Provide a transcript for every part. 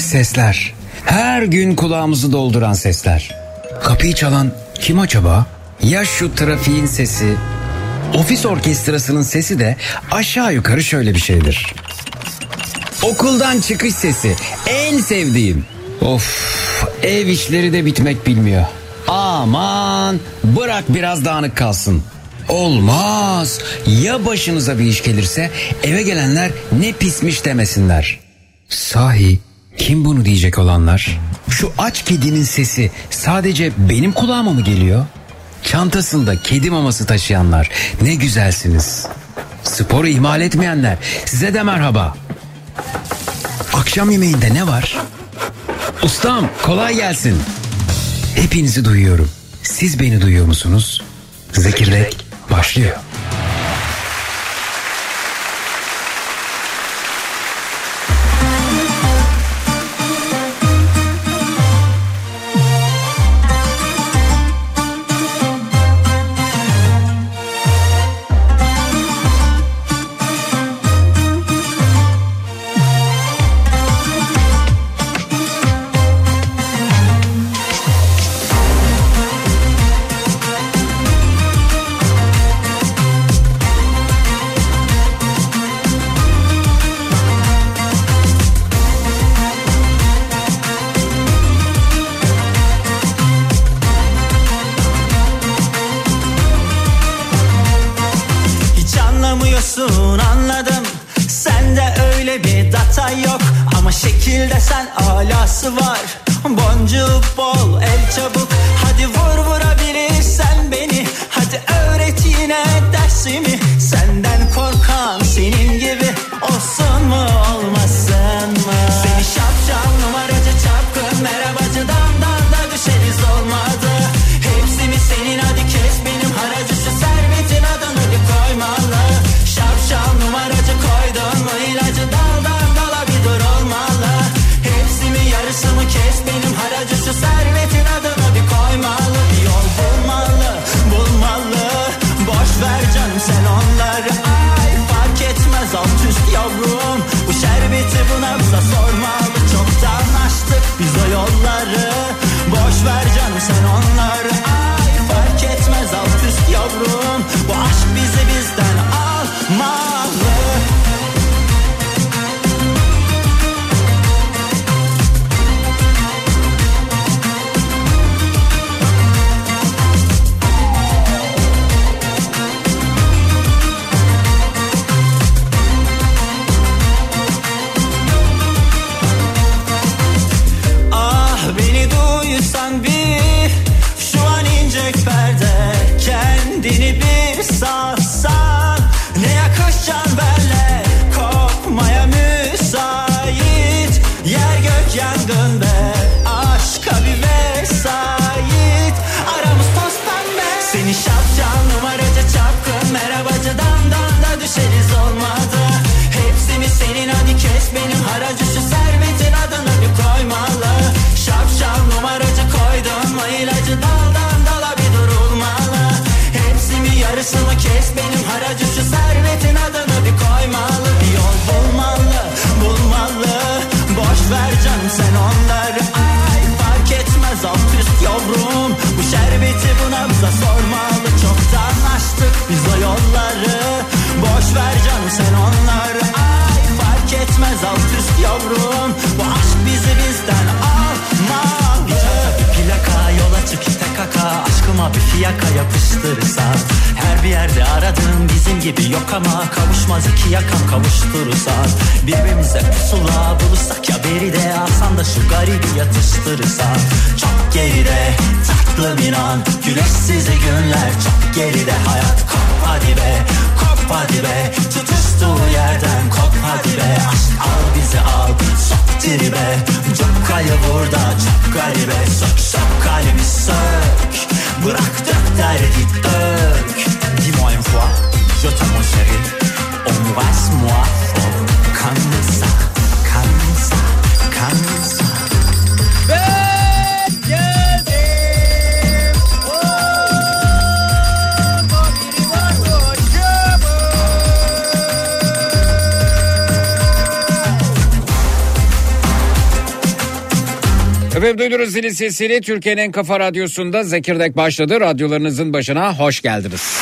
sesler. Her gün kulağımızı dolduran sesler. Kapıyı çalan kim acaba? Ya şu trafiğin sesi, ofis orkestrasının sesi de aşağı yukarı şöyle bir şeydir. Okuldan çıkış sesi, en sevdiğim. Of, ev işleri de bitmek bilmiyor. Aman, bırak biraz dağınık kalsın. Olmaz. Ya başınıza bir iş gelirse eve gelenler ne pismiş demesinler. Sahi kim bunu diyecek olanlar? Şu aç kedinin sesi sadece benim kulağıma mı geliyor? Çantasında kedi maması taşıyanlar ne güzelsiniz. Sporu ihmal etmeyenler size de merhaba. Akşam yemeğinde ne var? Ustam kolay gelsin. Hepinizi duyuyorum. Siz beni duyuyor musunuz? Zekirdek başlıyor. Anladım, sende öyle bir data yok, ama şekilde sen alası var. Boncuk bol, el çabuk, hadi vur vurabilirsen beni. Hadi öğret yine dersimi, senden korkan senin gibi olsun mu olmasın mı? Seni şapşal numaracı çapkın merhabacıdan da düşeriz olmadı. Hepsi mi senin, hadi kes benim haracı, şu servetin adını bir koymalı. Şapşal numaracı koydun mu ilacı, daldan dala bir dur olmalı. Hepsi mi yarısı mı, kes benim haracı, şu servetin adını bir koymalı. Bir yol bulmalı, bulmalı, boş ver canım sen onları. Ay fark etmez alt üst yavrum, bu şerbeti bu nabza sormalı. Çoktan açtık biz o yolları, boş ver canım sen onları. Ay fark etmez alt üst yavrum, bu aşk bizi bizden almalı. Beni duysan bir, şu an inecek perde, kendini bir salsan, ne yakışacaksın benle, kopmaya müsait, yer gök yangında, aşka bir vesait, aramız toz pembe. Seni şapşal numaracı çapkın merhabacıdan da düşeriz olmadı. Hepsi mi senin, hadi kes benim haracı, şu servetin adını bir koymalı. Şapşal numaracı koydun mu ilacı, daldan dala bir durulmalı. Hepsi mi yarısı mı, kes benim haracı, şu servetin adını bir koymalı. Bir yol bulmalı, bulmalı, boş ver canım sen onları. Ay fark etmez alt üst yavrum, bu şerbeti bu nabza sormalı. Çoktan açtık biz o yolları, boş ver canım sen onları. Ay fark etmez alt üst yavrum, bu aşk bizi bizden almalı. Bir plaka yola çık TKK, aşkıma bir fiyaka yapıştırırsan, her bir yerde aradığım bizim gibi yok, ama kavuşmaz iki yakan kavuşturursan. Birbirimize pusula bulursak ya beride, alsan da şu garibi yatıştırırsan. Çok geride tatlım inan, güneşsiz günler çok geride. Hayat kop hadi be, kop hadi be, tutuştuğu yerden kop hadi be. Aşk al bizi al, sok tribe, çok kayı burada çok garibe. Sök sök kalbi sök, bırak dök derdi dök. Dis-moi une fois, je t'aime mon chéri, embrasse-moi fort, comme ça, comme ça, comme ça. Ben geldim, Efendim duydunuz zilin sesini. Türkiye'nin en kafa radyosunda Zekirdek başladı. Radyolarınızın başına hoş geldiniz.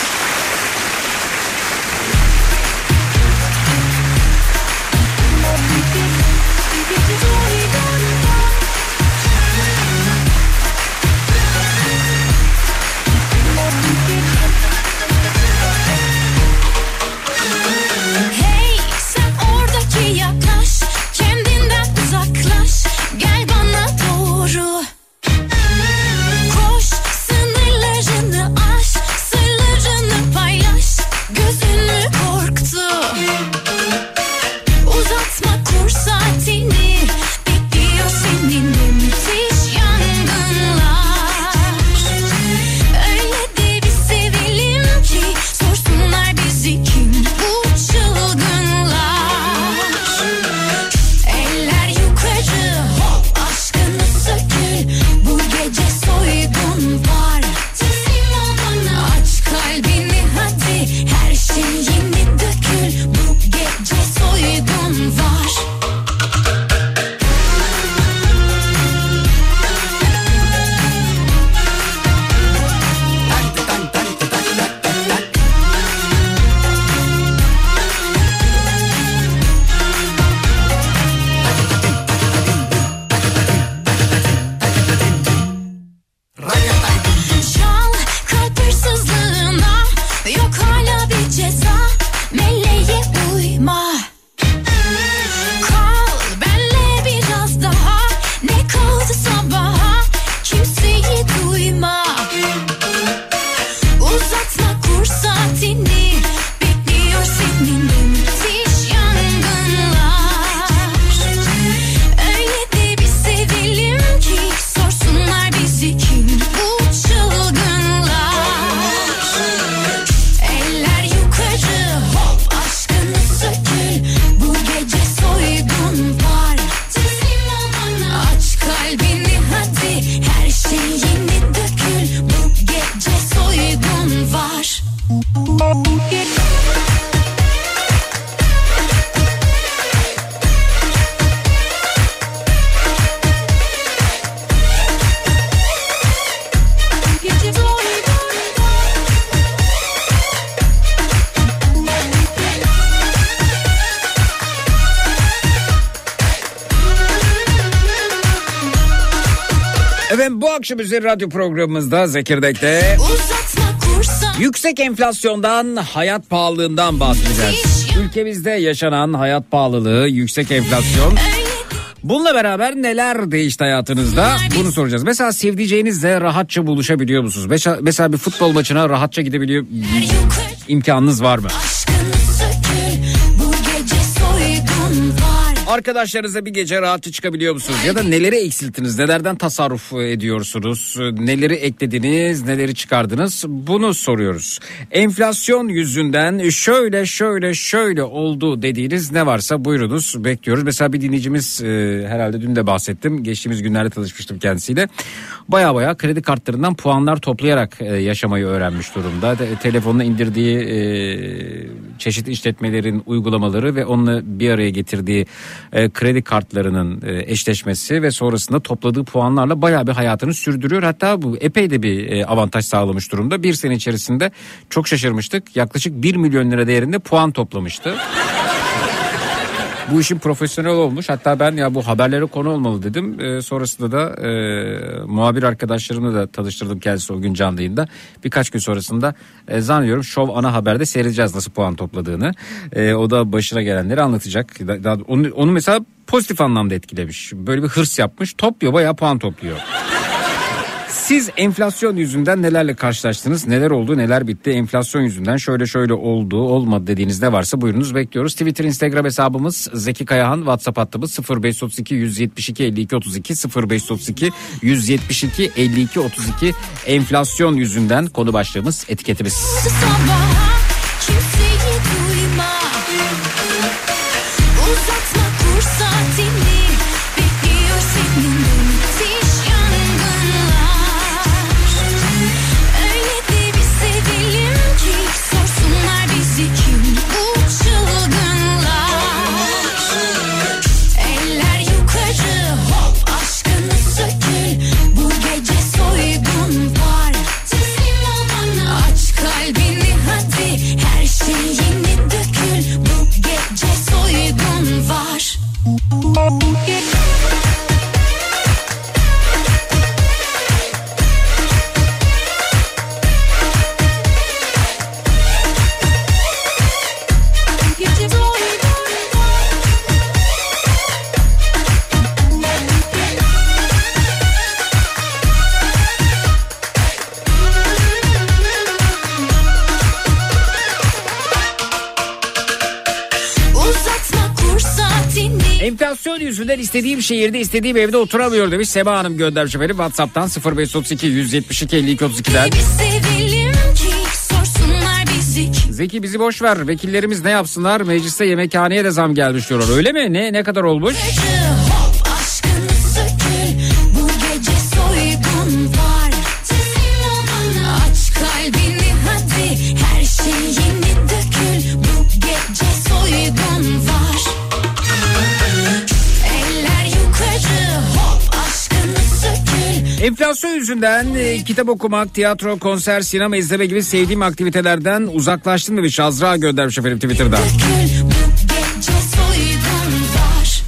Efendim bu akşam üzeri radyo programımızda Zekirdek'te yüksek enflasyondan, hayat pahalılığından bahsedeceğiz. Ülkemizde yaşanan hayat pahalılığı, yüksek enflasyon. Bununla beraber neler değişti hayatınızda? Bunu soracağız. Mesela sevdiceğinizle rahatça buluşabiliyor musunuz? Mesela bir futbol maçına rahatça gidebiliyor imkanınız var mı? Arkadaşlarınızla bir gece rahatça çıkabiliyor musunuz? Ya da neleri eksilttiniz? Nelerden tasarruf ediyorsunuz? Neleri eklediniz? Neleri çıkardınız? Bunu soruyoruz. Enflasyon yüzünden şöyle oldu dediğiniz ne varsa buyurunuz, bekliyoruz. Mesela bir dinleyicimiz herhalde dün de bahsettim. Geçtiğimiz günlerde tanışmıştım kendisiyle. Baya kredi kartlarından puanlar toplayarak yaşamayı öğrenmiş durumda. Telefonuna indirdiği çeşitli işletmelerin uygulamaları ve onunla bir araya getirdiği kredi kartlarının eşleşmesi ve sonrasında topladığı puanlarla bayağı bir hayatını sürdürüyor. Hatta bu epey de bir avantaj sağlamış durumda. Bir sene içerisinde çok şaşırmıştık. Yaklaşık 1 milyon lira değerinde puan toplamıştı. Bu işin profesyonel olmuş. Hatta ben ya bu haberlere konu olmalı dedim. Sonrasında da muhabir arkadaşlarımla da tanıştırdım kendisi o gün canlı yayında. Birkaç gün sonrasında zannediyorum Şov Ana Haber'de seyredeceğiz nasıl puan topladığını. O da başına gelenleri anlatacak. Onu mesela pozitif anlamda etkilemiş. Böyle bir hırs yapmış. Topluyor, bayağı puan topluyor. Siz enflasyon yüzünden nelerle karşılaştınız? Neler oldu, neler bitti? Enflasyon yüzünden şöyle oldu, olmadı dediğiniz ne varsa buyurunuz, bekliyoruz. Twitter, Instagram hesabımız Zeki Kayahan, WhatsApp hattımız 0532 172 52 32 0532 172 52 32. Enflasyon yüzünden konu başlığımız, etiketimiz. Eller yukarı hop aşkını sökül. yüzünden istediğim şehirde istediğim evde oturamıyor demiş. Seba Hanım göndermiş efendim WhatsApp'tan 0532 172 52 32'den. Zeki bizi boş ver. Vekillerimiz ne yapsınlar? Mecliste yemekhaneye de zam gelmiş diyorlar. Öyle mi? Ne kadar olmuş? Aç kalbini hadi, her şeyini dökül. Bu gece soygun var. Eller yukarı, hop aşkını sökül. Enflasyon yüzünden kitap okumak, tiyatro, konser, sinema izleme gibi sevdiğim aktivitelerden uzaklaştım demiş. Azra göndermiş efendim Twitter'dan. Dökül, bu gece soygun var.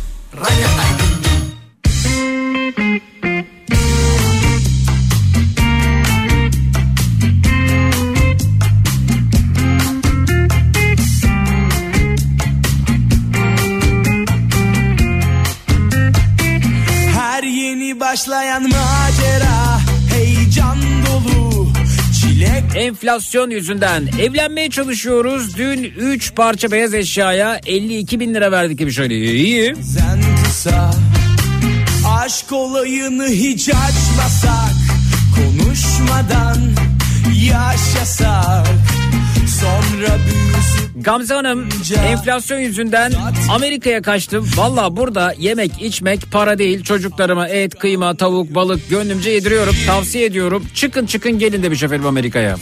Her yeni başlayan macera heyecan dolu çilek. Enflasyon yüzünden evlenmeye çalışıyoruz. Dün 3 parça beyaz eşyaya 52 bin lira verdik gibi şöyle. İyi. Sen kısa aşk olayını hiç açmasak, konuşmadan yaşasak, sonra büyüsün. Gamze Hanım enflasyon yüzünden Amerika'ya kaçtım. Valla burada yemek içmek para değil. Çocuklarıma et, kıyma, tavuk, balık gönlümce yediriyorum. Tavsiye ediyorum. Çıkın gelin demiş efendim Amerika'ya.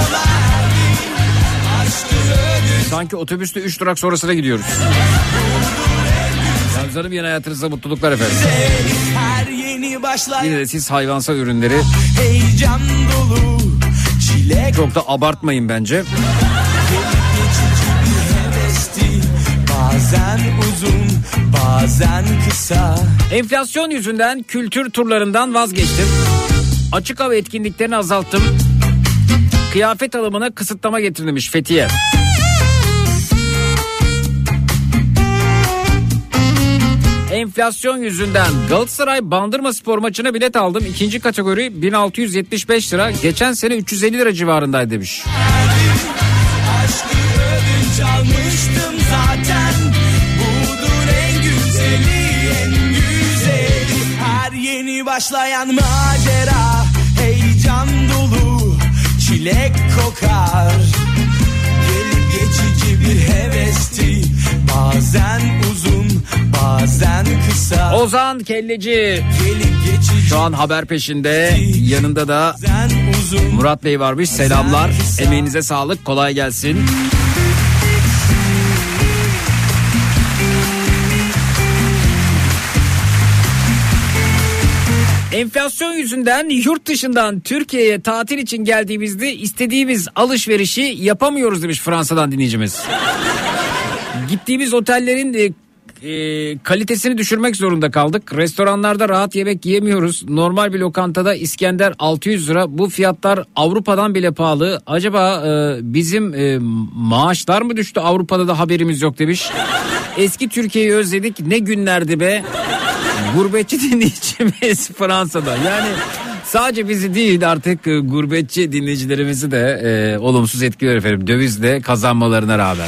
Sanki otobüste 3 durak sonrasına gidiyoruz. Gamze Hanım yeni hayatınızda mutluluklar efendim. Her yeni başlayan Yine de siz hayvansal ürünleri heyecan dolu çilek. çok da abartmayın bence. Bazen uzun, bazen kısa. Enflasyon yüzünden kültür turlarından vazgeçtim. Açık hava etkinliklerini azalttım. Kıyafet alımına kısıtlama getirmiş Fethiye. Enflasyon yüzünden Galatasaray Bandırma Spor maçına bilet aldım. İkinci kategori 1675 lira. Geçen sene 350 lira civarındaydı demiş. Aşkı ödünç almıştım zaten. Budur en güzeli, en güzeli. Her yeni başlayan macera heyecan dolu çilek kokar. Gelip geçici bir hevesti, bazen uzun, bazen kısa. Ozan Kelleci Gelip geçici, şu an haber peşinde. Yanında da bazen uzun. Murat Bey varmış. Selamlar. Emeğinize sağlık. Kolay gelsin. Enflasyon yüzünden yurt dışından Türkiye'ye tatil için geldiğimizde istediğimiz alışverişi yapamıyoruz demiş Fransa'dan dinleyicimiz. Gittiğimiz otellerin kalitesini düşürmek zorunda kaldık. Restoranlarda rahat yemek yiyemiyoruz. Normal bir lokantada İskender 600 lira. Bu fiyatlar Avrupa'dan bile pahalı. Acaba bizim maaşlar mı düştü? Avrupa'da da haberimiz yok demiş. Eski Türkiye'yi özledik. Ne günlerdi be. Gurbetçi dinleyicimiz Fransa'da. Yani sadece bizi değil artık gurbetçi dinleyicilerimizi de olumsuz etkiliyor efendim. Dövizle kazanmalarına rağmen.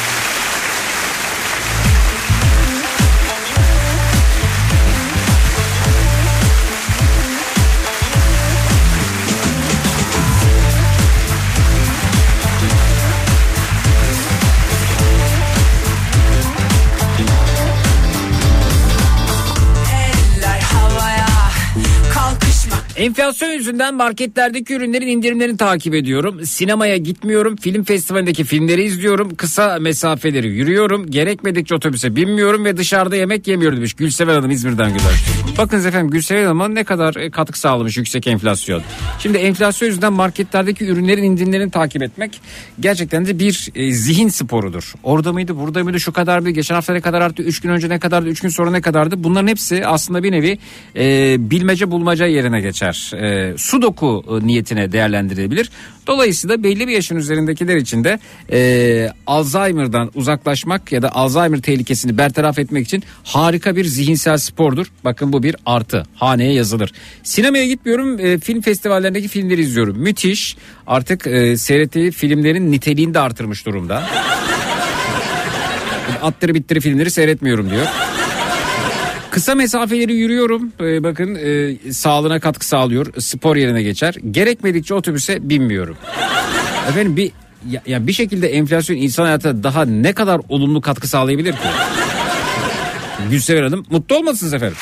Enflasyon yüzünden marketlerdeki ürünlerin indirimlerini takip ediyorum. Sinemaya gitmiyorum. Film festivalindeki filmleri izliyorum. Kısa mesafeleri yürüyorum. Gerekmedikçe otobüse binmiyorum ve dışarıda yemek yemiyorum demiş. Gülsever Hanım İzmir'den gönder. Bakınız efendim Gülsever Hanım'a ne kadar katkı sağlamış yüksek enflasyon. Şimdi enflasyon yüzünden marketlerdeki ürünlerin indirimlerini takip etmek gerçekten de bir zihin sporudur. Orada mıydı, burada mıydı, şu kadar mıydı, geçen hafta ne kadar arttı, 3 gün önce ne kadardı, 3 gün sonra ne kadardı? Bunların hepsi aslında bir nevi bilmece bulmaca yerine geçer. Sudoku niyetine değerlendirilebilir. Dolayısıyla belli bir yaşın üzerindekiler için de Alzheimer'dan uzaklaşmak ya da Alzheimer tehlikesini bertaraf etmek için harika bir zihinsel spordur. Bakın bu bir artı. Haneye yazılır. Sinemaya gitmiyorum. Film festivallerindeki filmleri izliyorum. Müthiş. Artık seyrettiği filmlerin niteliğini de artırmış durumda. Attırı bittiri filmleri seyretmiyorum diyor. Kısa mesafeleri yürüyorum. Bakın sağlığına katkı sağlıyor. Spor yerine geçer. Gerekmedikçe otobüse binmiyorum. Efendim bir şekilde enflasyon insan hayatına daha ne kadar olumlu katkı sağlayabilir ki? Gülsever Hanım mutlu olmasınız efendim.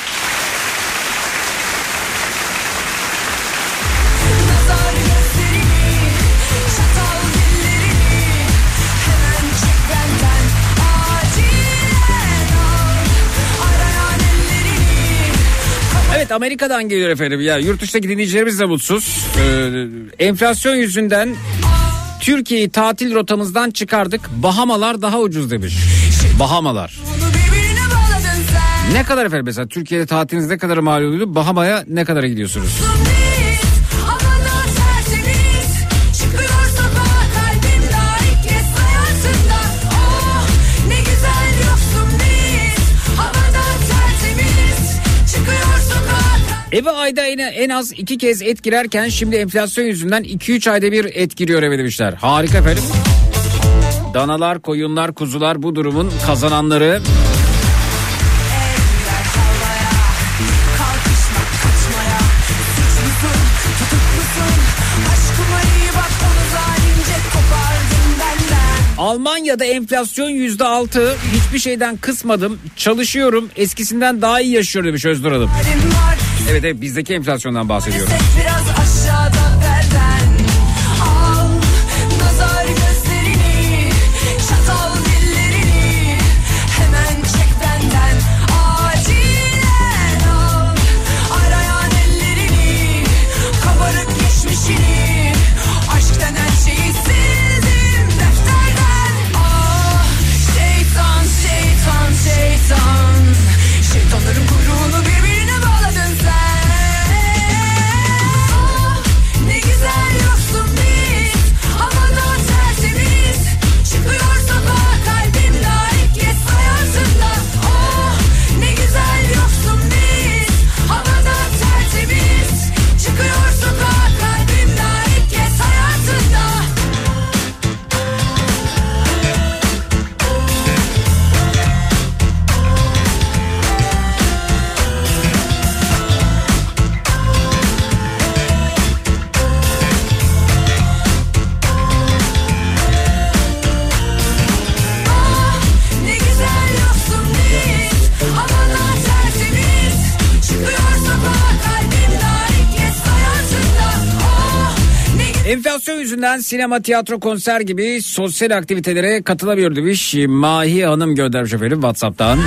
Evet, Amerika'dan geliyor efendim. Ya yurt dışındaki dinleyicilerimiz de mutsuz. Enflasyon yüzünden Türkiye'yi tatil rotamızdan çıkardık. Bahamalar daha ucuz demiş. Bahamalar. Ne kadar efendim mesela Türkiye'de tatiliniz ne kadar mal oluyordu? Bahama'ya ne kadara gidiyorsunuz? Eve ayda en az 2 kez et girerken şimdi enflasyon yüzünden 2-3 ayda bir et giriyor eve demişler. Harika efendim. Danalar, koyunlar, kuzular bu durumun kazananları. Almanya'da enflasyon %6. Hiçbir şeyden kısmadım. Çalışıyorum. Eskisinden daha iyi yaşıyorum demiş Özgür Hanım. Evet, bizdeki enflasyondan bahsediyorum. Biraz aşağıda belden al nazar gözlerini, çatal dillerini, hemen çek benden acilen al arayan ellerini, kabarık geçmişini, aşktan her şeyi sildim defterden. Ah şeytan şeytan şeytan, şeytanların kuyruğunu birbirine bağladın sen. Enflasyon yüzünden sinema, tiyatro, konser gibi sosyal aktivitelere katılamıyor demiş Mahi Hanım, göndermiş efendim WhatsApp'tan.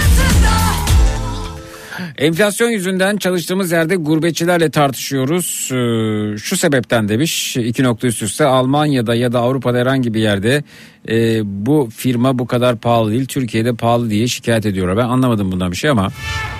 Enflasyon yüzünden çalıştığımız yerde gurbetçilerle tartışıyoruz. Şu sebepten demiş, 2 nokta üst üste, Almanya'da ya da Avrupa'da herhangi bir yerde bu firma bu kadar pahalı değil, Türkiye'de pahalı diye şikayet ediyorlar. Ben anlamadım bundan bir şey ama.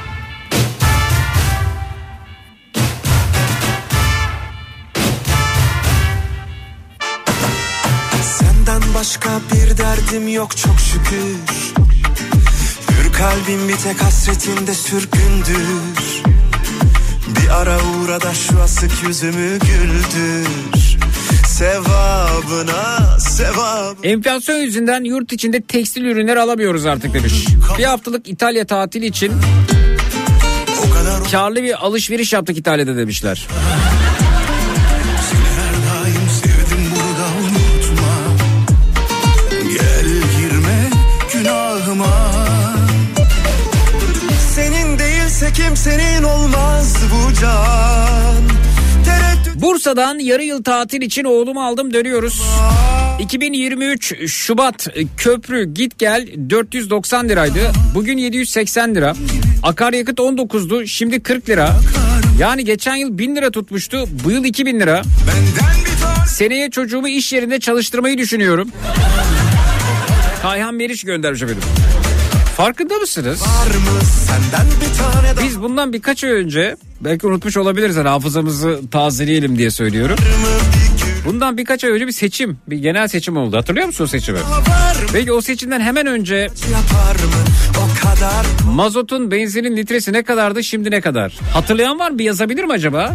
Başka bir derdim yok çok şükür. Hür kalbim bir tek hasretinde sürgündür. Bir ara uğra da şu asık yüzümü güldür. Sevabına sevap. Enflasyon yüzünden yurt içinde tekstil ürünler alamıyoruz artık demiş. Bir haftalık İtalya tatili için karlı bir alışveriş yaptık İtalya'da demişler. Senin değilse kimsenin olmaz bu can. Bursa'dan yarı yıl tatil için oğlumu aldım, dönüyoruz. 2023 Şubat köprü git gel 490 liraydı. Bugün 780 lira. Akaryakıt 19'du, şimdi 40 lira. Yani geçen yıl 1000 lira tutmuştu, bu yıl 2000 lira. Seneye çocuğumu iş yerinde çalıştırmayı düşünüyorum. Kayhan Meriç göndermiş efendim. Farkında mısınız? Biz bundan birkaç ay önce, belki unutmuş olabiliriz, yani hafızamızı tazeleyelim diye söylüyorum. Bundan birkaç ay önce bir genel seçim oldu. Hatırlıyor musunuz seçimi? Peki o seçimden hemen önce mazotun, benzinin litresi ne kadardı, şimdi ne kadar? Hatırlayan var mı? Bir yazabilir mi acaba?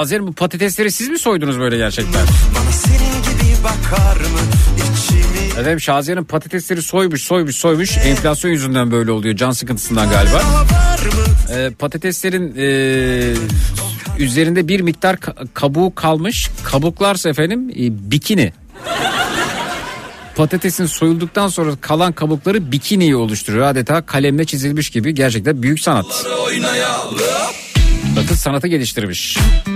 Şaziye'nin bu patatesleri siz mi soydunuz böyle gerçekten? Bana senin gibi bakar mı içimi? Efendim Şaziye'nin patatesleri soymuş. Enflasyon yüzünden böyle oluyor. Can sıkıntısından galiba. Patateslerin üzerinde bir miktar kabuğu kalmış. Kabuklarsa efendim bikini. Patatesin soyulduktan sonra kalan kabukları bikiniyi oluşturuyor. Adeta kalemle çizilmiş gibi, gerçekten büyük sanat. Bakın sanatı geliştirmiş.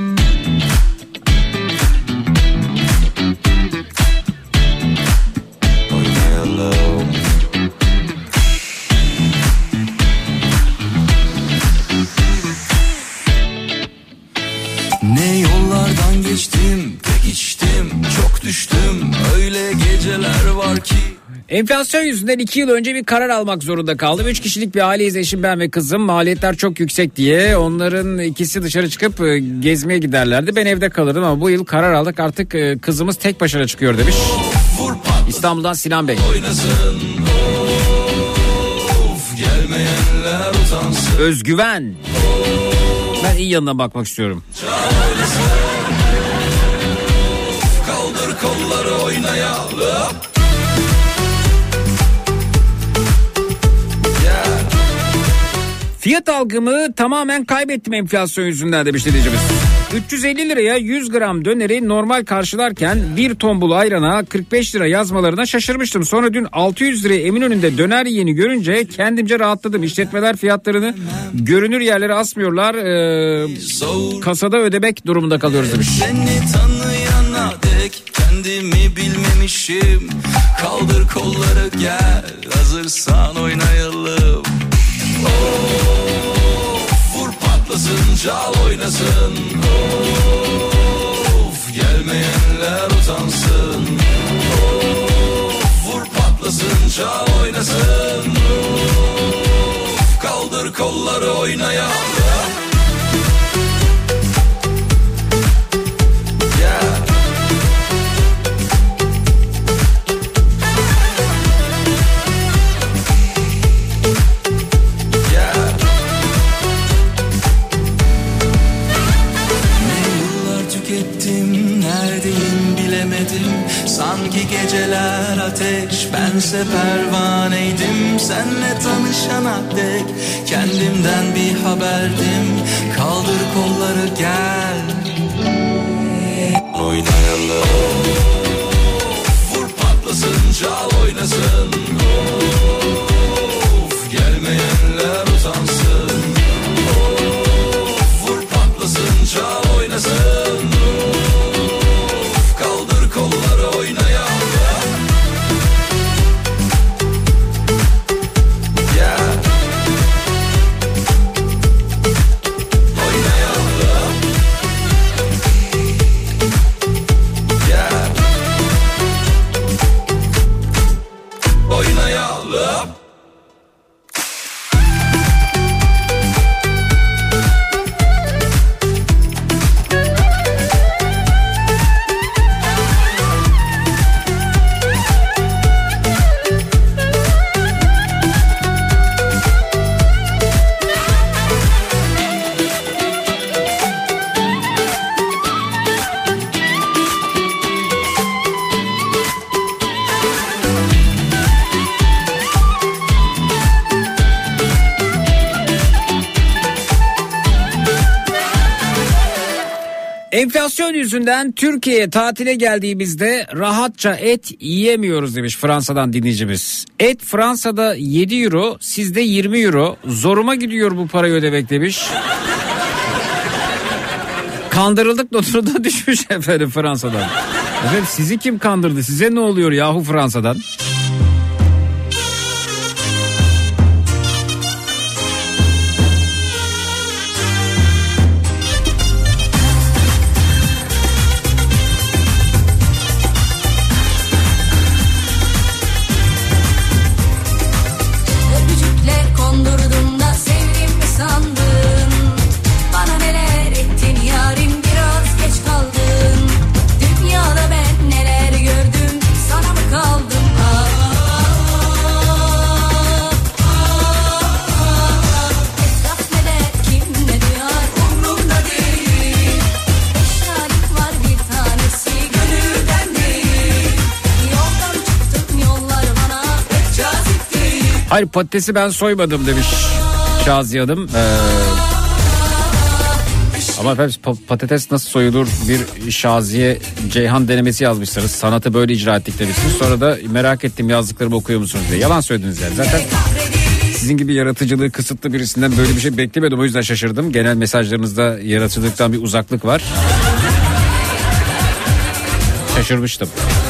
Ne yollardan geçtim, tek içtim, çok düştüm. Öyle geceler var ki. Enflasyon yüzünden 2 yıl önce bir karar almak zorunda kaldım. 3 kişilik bir aileyiz, eşim, ben ve kızım. Maliyetler çok yüksek diye onların ikisi dışarı çıkıp gezmeye giderlerdi. Ben evde kalırdım ama bu yıl karar aldık, artık kızımız tek başına çıkıyor demiş. İstanbul'dan Sinan Bey. Özgüven. Ben iyi yanına bakmak istiyorum. Kaldır kolları oynayalım. Fiyat algımı tamamen kaybettim enflasyon yüzünden demiş dinleyicimiz. 350 liraya 100 gram döneri normal karşılarken bir tombul ayrana 45 lira yazmalarına şaşırmıştım. Sonra dün 600 liraya Eminönü'nde döner yiyeni görünce kendimce rahatladım. İşletmeler fiyatlarını görünür yerlere asmıyorlar. Kasada ödemek durumunda kalıyoruz demiş. Seni tanıyana dek kendimi bilmemişim. Kaldır kolları gel, hazırsan oynayalım. Vur patlasın, çal oynasın. Gelmeyenler utansın. Vur patlasın, çal oynasın. Kaldır kolları oynayalım. Sanki geceler ateş, bense pervaneydim. Senle tanışana dek kendimden bir haberdim. Kaldır kolları gel, oynayalım. Vur patlasın, çal oynasın. Gelmeyenler utansın. Vur patlasın, çal oynasın. Kolları oynayalım. Yeah. Oynayalım. Yeah. Oynayalım. Enflasyon yüzünden Türkiye'ye tatile geldiğimizde rahatça et yiyemiyoruz demiş Fransa'dan dinleyicimiz. Et Fransa'da 7 euro, sizde 20 euro. Zoruma gidiyor bu parayı ödemek demiş. Kandırıldık notuna düşmüş efendim Fransa'dan. Efendim sizi kim kandırdı? Size ne oluyor yahu Fransa'dan? Dünyada ben neler gördüm, sana mı kaldım? Hayır, patatesi ben soymadım demiş Şaziye Hanım. Ama efendim patates nasıl soyulur, bir Şaziye Ceyhan denemesi yazmışsınız. Sanatı böyle icra ettik demişsiniz. Sonra da merak ettim yazdıklarımı okuyor musunuz diye. Yalan söylediniz yani. Zaten sizin gibi yaratıcılığı kısıtlı birisinden böyle bir şey beklemiyordum. O yüzden şaşırdım. Genel mesajlarınızda yaratıcılıktan bir uzaklık var. Şaşırmıştım.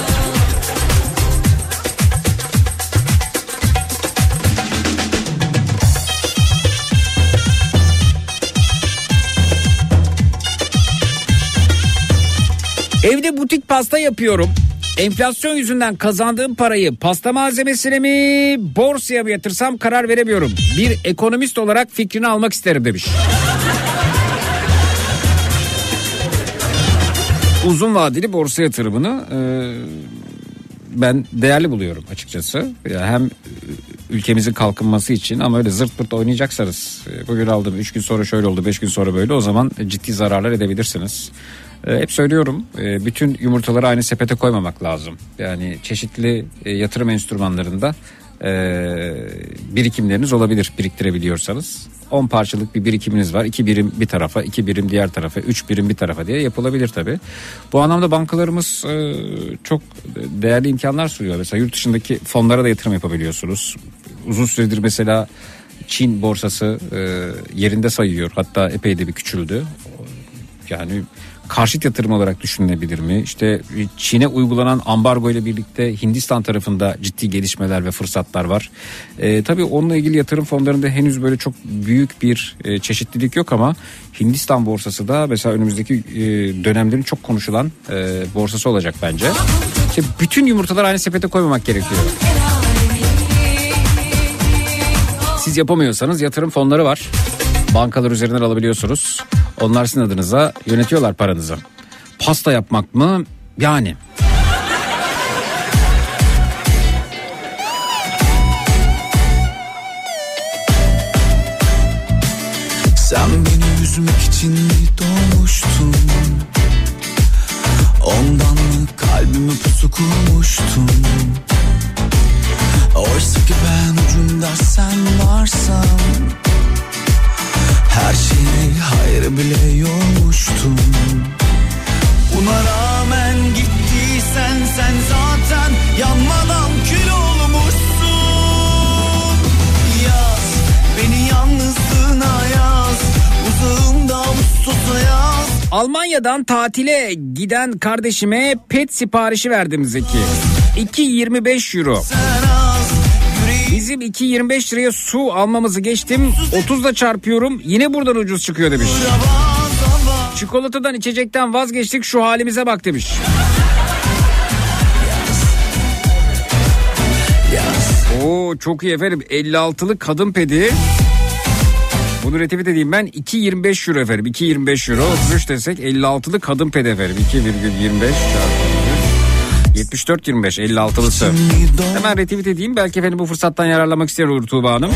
Evde butik pasta yapıyorum. Enflasyon yüzünden kazandığım parayı pasta malzemesine mi, borsaya mı yatırsam karar veremiyorum. Bir ekonomist olarak fikrini almak isterim demiş. Uzun vadeli borsa yatırımını ben değerli buluyorum açıkçası. Hem ülkemizin kalkınması için, ama öyle zırt pırt oynayacaksanız bugün aldım 3 gün sonra şöyle oldu 5 gün sonra böyle, o zaman ciddi zararlar edebilirsiniz. Hep söylüyorum, bütün yumurtaları aynı sepete koymamak lazım. Yani çeşitli yatırım enstrümanlarında birikimleriniz olabilir, biriktirebiliyorsanız. 10 parçalık bir birikiminiz var. 2 birim bir tarafa, 2 birim diğer tarafa, 3 birim bir tarafa diye yapılabilir tabii. Bu anlamda bankalarımız çok değerli imkanlar sunuyor. Mesela yurt dışındaki fonlara da yatırım yapabiliyorsunuz. Uzun süredir mesela Çin borsası yerinde sayıyor. Hatta epey de bir küçüldü. Yani karşıt yatırım olarak düşünülebilir mi? İşte Çin'e uygulanan ambargo ile birlikte Hindistan tarafında ciddi gelişmeler ve fırsatlar var. Tabii onunla ilgili yatırım fonlarında henüz böyle çok büyük bir çeşitlilik yok, ama Hindistan borsası da mesela önümüzdeki dönemlerin çok konuşulan borsası olacak bence. İşte bütün yumurtaları aynı sepete koymamak gerekiyor. Siz yapamıyorsanız yatırım fonları var. Bankalar üzerinden alabiliyorsunuz. Onlar sizin adınıza yönetiyorlar paranızı. Pasta yapmak mı? Yani. Sen beni üzmek için mi doğmuştun? Ondan mı kalbimi pusu kurmuştun? Oysa ki ben ucunda sen varsan, her şeyi hayır bile yormuştum. Buna rağmen gittiysen sen zaten yanmadan kül olmuşsun. Yaz beni yalnızlığına, yaz uzağımda Ağustos'a yaz. Almanya'dan tatile giden kardeşime pet siparişi verdim Zeki. 2.25 euro. Bizim 2.25 liraya su almamızı geçtim. 30'la çarpıyorum, yine buradan ucuz çıkıyor demiş. Çikolatadan, içecekten vazgeçtik, şu halimize bak demiş. Oo, çok iyi efendim. 56'lı kadın pedi. Bunu retweet edeyim ben. 2.25 euro efendim. 2.25 euro. 33 desek 56'lı kadın pedi efendim. 2,25 çarpı 74-25 56'lısı. Hemen retweet edeyim. Belki efendim bu fırsattan yararlamak isteyen olur Tuğba Hanım.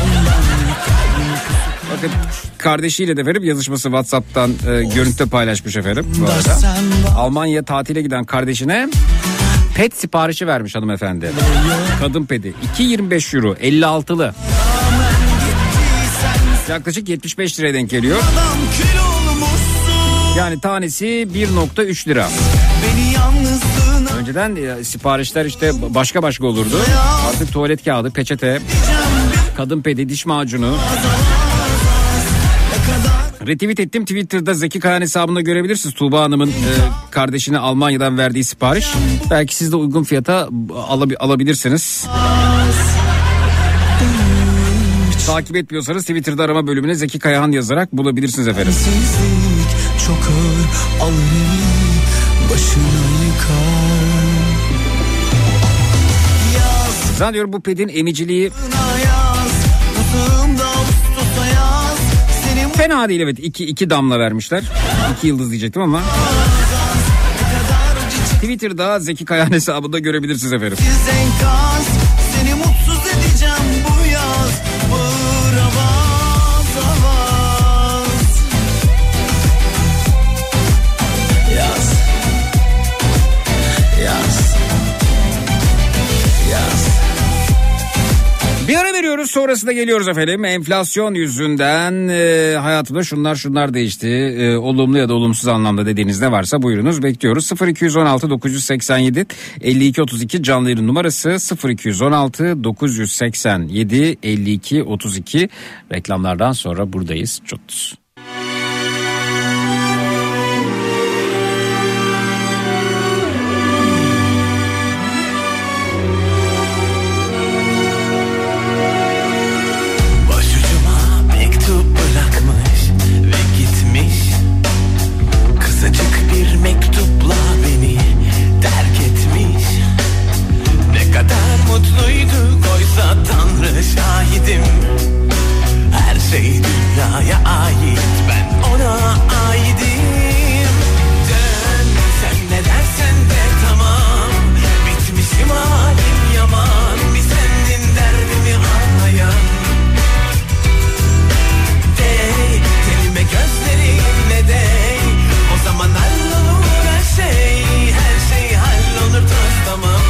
Bakın kardeşiyle de efendim yazışması WhatsApp'tan görüntü paylaşmış efendim. Bu arada Almanya tatile giden kardeşine pet siparişi vermiş hanımefendi. Kadın pedi. 2.25 euro 56'lı. Yaklaşık 75 liraya denk geliyor. Yani tanesi 1.3 lira. Önceden siparişler işte başka olurdu. Artık tuvalet kağıdı, peçete, kadın pedi, diş macunu. Retweet ettim Twitter'da, Zeki Kayan hesabında görebilirsiniz Tuğba Hanım'ın kardeşine Almanya'dan verdiği sipariş. Belki siz de uygun fiyata alabilirsiniz. Takip etmiyorsanız Twitter'da arama bölümüne Zeki Kayahan yazarak bulabilirsiniz efendim. Çok ağır alır başına yıkar. Zannediyorum bu pedin emiciliği fena değil, evet. 2 damla vermişler. 2 yıldız diyecektim ama. Twitter'da Zeki Kayan hesabında görebilirsiniz efendim. Seni mutsuz edeceğim bu yaz. Bağır avaz avaz. Yaz. Yaz. Yaz. Bir ara veriyoruz. veriyoruz, sonrasında geliyoruz efendim. Enflasyon yüzünden hayatımda şunlar değişti. Olumlu ya da olumsuz anlamda dediğiniz ne varsa buyurunuz, bekliyoruz. 0216 987 52 32 canlı yayın numarası 0216 987 52 32. Reklamlardan sonra buradayız. Çut. Mutluyduk oysa Tanrı şahidim. Her şey dünyaya ait, ben ona aidim. Dön sen ne dersen de tamam, bitmişim halim yaman. Bir sendin derdimi anlayan. Dey telime gözlerinle dey, o zaman hallolur her şey. Her şey hallolur tas tamam.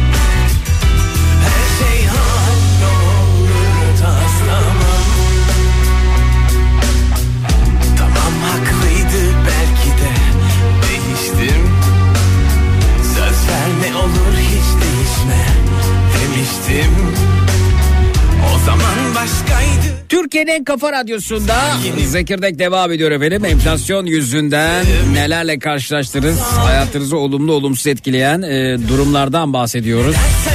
Tamam haklıydı belki de değiştim. Söz ver ne olur hiç değişme demiştim. O zaman başkaydı. Türkiye'nin en kafa radyosunda Zekirdek devam ediyor efendim. Enflasyon yüzünden nelerle karşılaştınız? Hayatınızı olumlu olumsuz etkileyen durumlardan bahsediyoruz.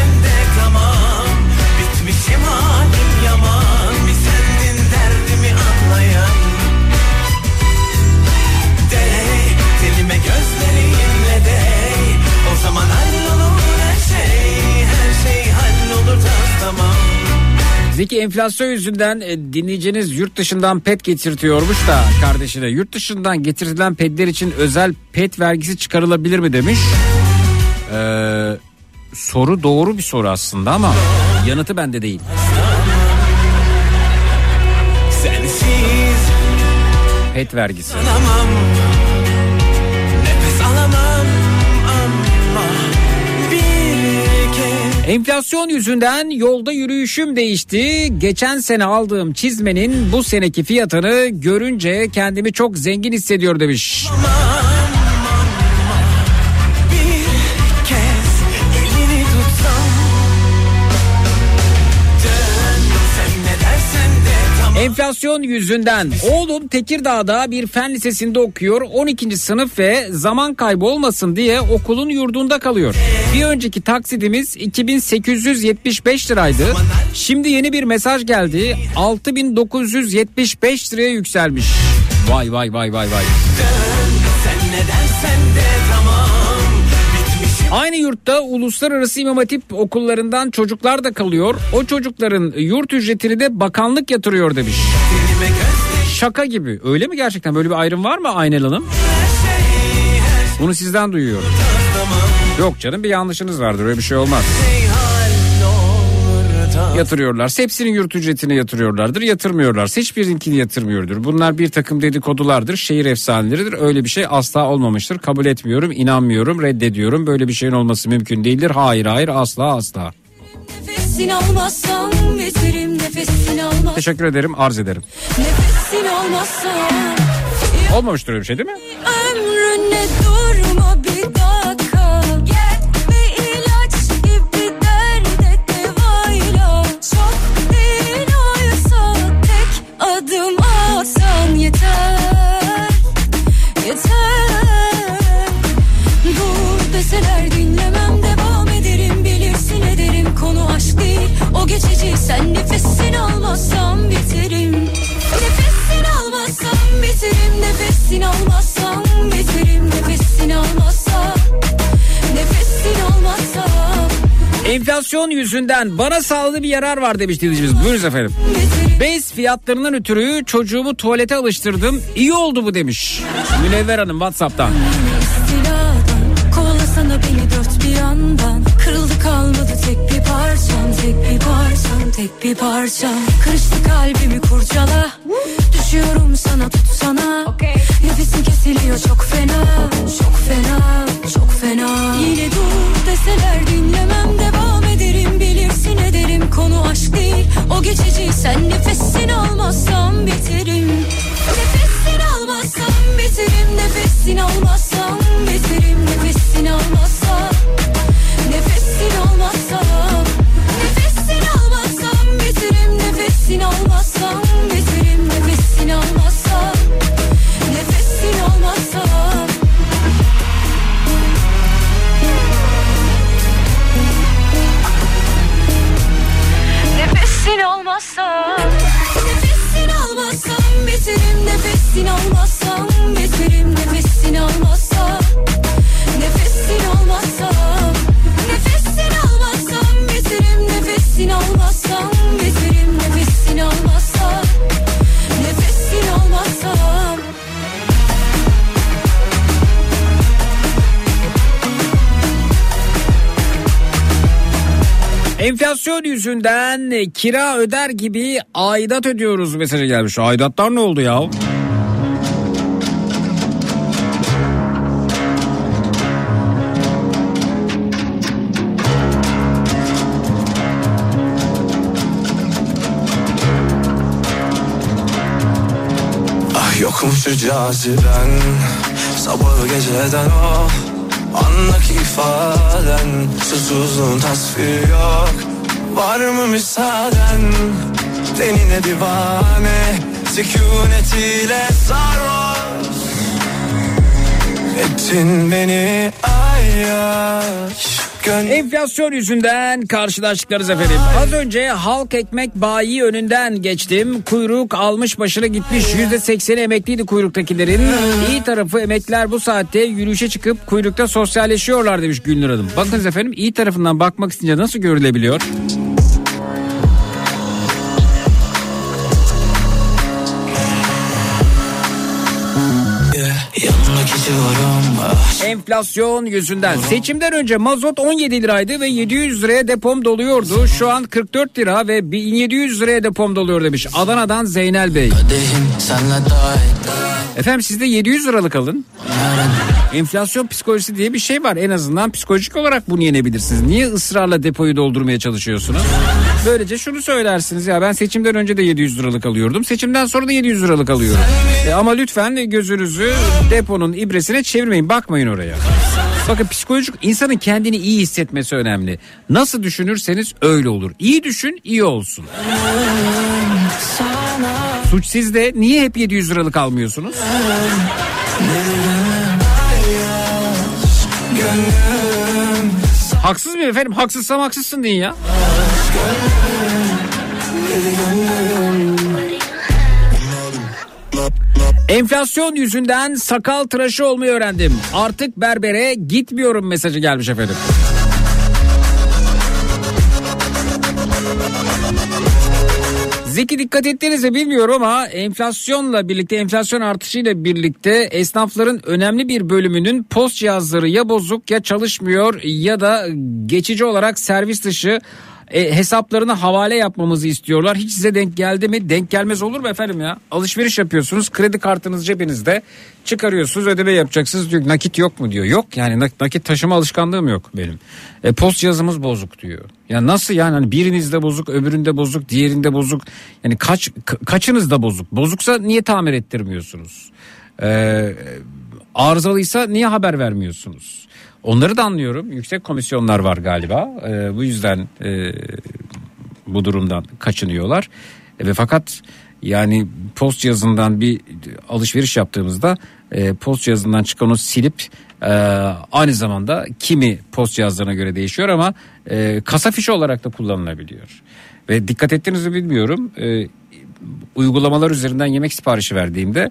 Zeki, enflasyon yüzünden dinleyiciniz yurt dışından pet getirtiyormuş da kardeşine. Yurt dışından getirilen petler için özel pet vergisi çıkarılabilir mi demiş. Soru doğru bir soru aslında ama yanıtı bende değil. Sensiz pet vergisi. alamam, nefes alamam ama bir kez. Enflasyon yüzünden yolda yürüyüşüm değişti. Geçen sene aldığım çizmenin bu seneki fiyatını görünce kendimi çok zengin hissediyor demiş. Bir kez elini tutsam, dön sen ne dersen de tamam. Enflasyon yüzünden oğlum Tekirdağ'da bir fen lisesinde okuyor. 12. sınıf ve zaman kaybı olmasın diye okulun yurdunda kalıyor. Bir önceki taksidimiz 2875 liraydı. Şimdi yeni bir mesaj geldi. 6975 liraya yükselmiş. Vay vay vay vay vay. Sen ne dersen de tamam. Bitmişim. Aynı yurtta uluslararası İmam Hatip okullarından çocuklar da kalıyor. O çocukların yurt ücretini de bakanlık yatırıyor demiş. Dilime göz Şaka gibi. Öyle mi gerçekten? Böyle bir ayrım var mı Aynel Hanım? Bunu sizden duyuyorum. Yok canım, bir yanlışınız vardır, öyle bir şey olmaz. Yatırıyorlarsa hepsinin yurt ücretini yatırıyorlardır. Yatırmıyorlarsa hiçbirinkini yatırmıyordur. Bunlar bir takım dedikodulardır, şehir efsaneleridir. Öyle bir şey asla olmamıştır. Kabul etmiyorum, inanmıyorum, reddediyorum. Böyle bir şeyin olması mümkün değildir. Hayır hayır, asla asla. Nefesini almazsam biterim, nefesini almazsam. Teşekkür ederim, arz ederim. Nefesini almazsam Olmamıştır öyle bir şey değil mi? ömrüne durma bir dakika. Gel bir ilaç gibi derde devayla. Çok değil oysa tek adım atsan yeter. Yeter. Dur deseler dinlemem, devam ederim, bilirsin ederim. Konu aşk değil, o geçici. Sen nefesini almazsam biterim. Nefesini almazsam biterim, nefesini almazsam biterim, nefesini almazsam, nefesini almazsam Enflasyon yüzünden bana sağladığı bir yarar var demiş dinleyicimiz. Buyurunuz efendim. biterim. Bez fiyatlarından ötürü çocuğumu tuvalete alıştırdım. İyi oldu bu demiş. Münevver Hanım WhatsApp'tan. İstiladan kovalasana beni dört bir yandan. Kırıldı kalmadı tek bir parçam, tek bir parçam, tek bir parçam. Kırıştı kalbimi kurcala. Düşüyorum sana, tutsana. Nefesim kesiliyor çok fena, çok fena, çok fena. Yine dur deseler dinlemem, devam ederim, bilirsin ederim. Konu aşk değil, o geçici. Sen nefesini almazsam biterim. Nefesini almazsam biterim. Nefesini almazsam biterim. Nefesini almazsam. Nefesini almazsam. Nefesini almazsam biterim. Nefesini almazsam biterim. Nefesini almazsam. Nefesini almazsam. Nefesini almazsam. Nefesini almazsam biterim. Nefesini almazsam biterim. Nefesini almazsam. Nefesini almazsam. Nefesini almazsam biterim. Nefesini almazsam biterim. Nefesini almazsam. Nefesini almazsam. Enflasyon yüzünden kira öder gibi aidat ödüyoruz mesajı gelmiş. Aidatlar ne oldu ya? Ah yokum şu caziben, sabahı geceden o andaki ifaden, susuzluğun tasviri yok. Var mı müsaaden, tenine divane, sükunetiyle sarhoş ettin beni ayyaş. Enflasyon yüzünden karşılaştıklarız efendim. Az önce halk ekmek bayi önünden geçtim. Kuyruk almış başına gitmiş. %80'i emekliydi kuyruktakilerin. İyi tarafı emekliler bu saatte yürüyüşe çıkıp kuyrukta sosyalleşiyorlar demiş Gülnur Hanım. Bakınız efendim, iyi tarafından bakmak isteyince nasıl görülebiliyor? Enflasyon yüzünden. Seçimden önce mazot 17 liraydı ve 700 liraya depom doluyordu. Şu an 44 lira ve 1700 liraya depom doluyor demiş. Adana'dan Zeynel Bey. Efendim siz de 700 liralık alın. Enflasyon psikolojisi diye bir şey var. En azından psikolojik olarak bunu yenebilirsiniz. Niye ısrarla depoyu doldurmaya çalışıyorsunuz? Böylece şunu söylersiniz: ya ben seçimden önce de 700 liralık alıyordum. Seçimden sonra da 700 liralık alıyorum. Ama lütfen gözünüzü deponun ibresine çevirmeyin. Bakmayın oraya. Bakın, psikolojik, insanın kendini iyi hissetmesi önemli. Nasıl düşünürseniz öyle olur. İyi düşün, iyi olsun. Suç sizde. Niye hep 700 liralık almıyorsunuz? Haksız mıyım efendim? Haksızsam haksızsın deyin ya. Enflasyon yüzünden sakal tıraşı olmayı öğrendim. Artık berbere gitmiyorum mesajı gelmiş efendim. Zeki, dikkat ettiğinizde bilmiyorum ama enflasyonla birlikte, enflasyon artışıyla birlikte esnafların önemli bir bölümünün post cihazları ya bozuk ya çalışmıyor ya da geçici olarak servis dışı, hesaplarını havale yapmamızı istiyorlar. Hiç size denk geldi mi? Denk gelmez olur mu efendim ya? Alışveriş yapıyorsunuz, kredi kartınız cebinizde, çıkarıyorsunuz, ödeme yapacaksınız, diyor nakit yok mu diyor. Yok yani, nakit taşıma alışkanlığım yok benim. Post cihazımız bozuk diyor. Ya nasıl yani, hani birinizde bozuk, öbüründe bozuk, diğerinde bozuk. Yani kaçınızda bozuk? Bozuksa niye tamir ettirmiyorsunuz? Arızalıysa niye haber vermiyorsunuz? Onları da anlıyorum. Yüksek komisyonlar var galiba. Bu yüzden bu durumdan kaçınıyorlar. Ve fakat yani post cihazından bir alışveriş yaptığımızda post cihazından çıkanı silip aynı zamanda kimi post cihazlarına göre değişiyor ama kasa fişi olarak da kullanılabiliyor. Ve dikkat ettiğinizi bilmiyorum. Uygulamalar üzerinden yemek siparişi verdiğimde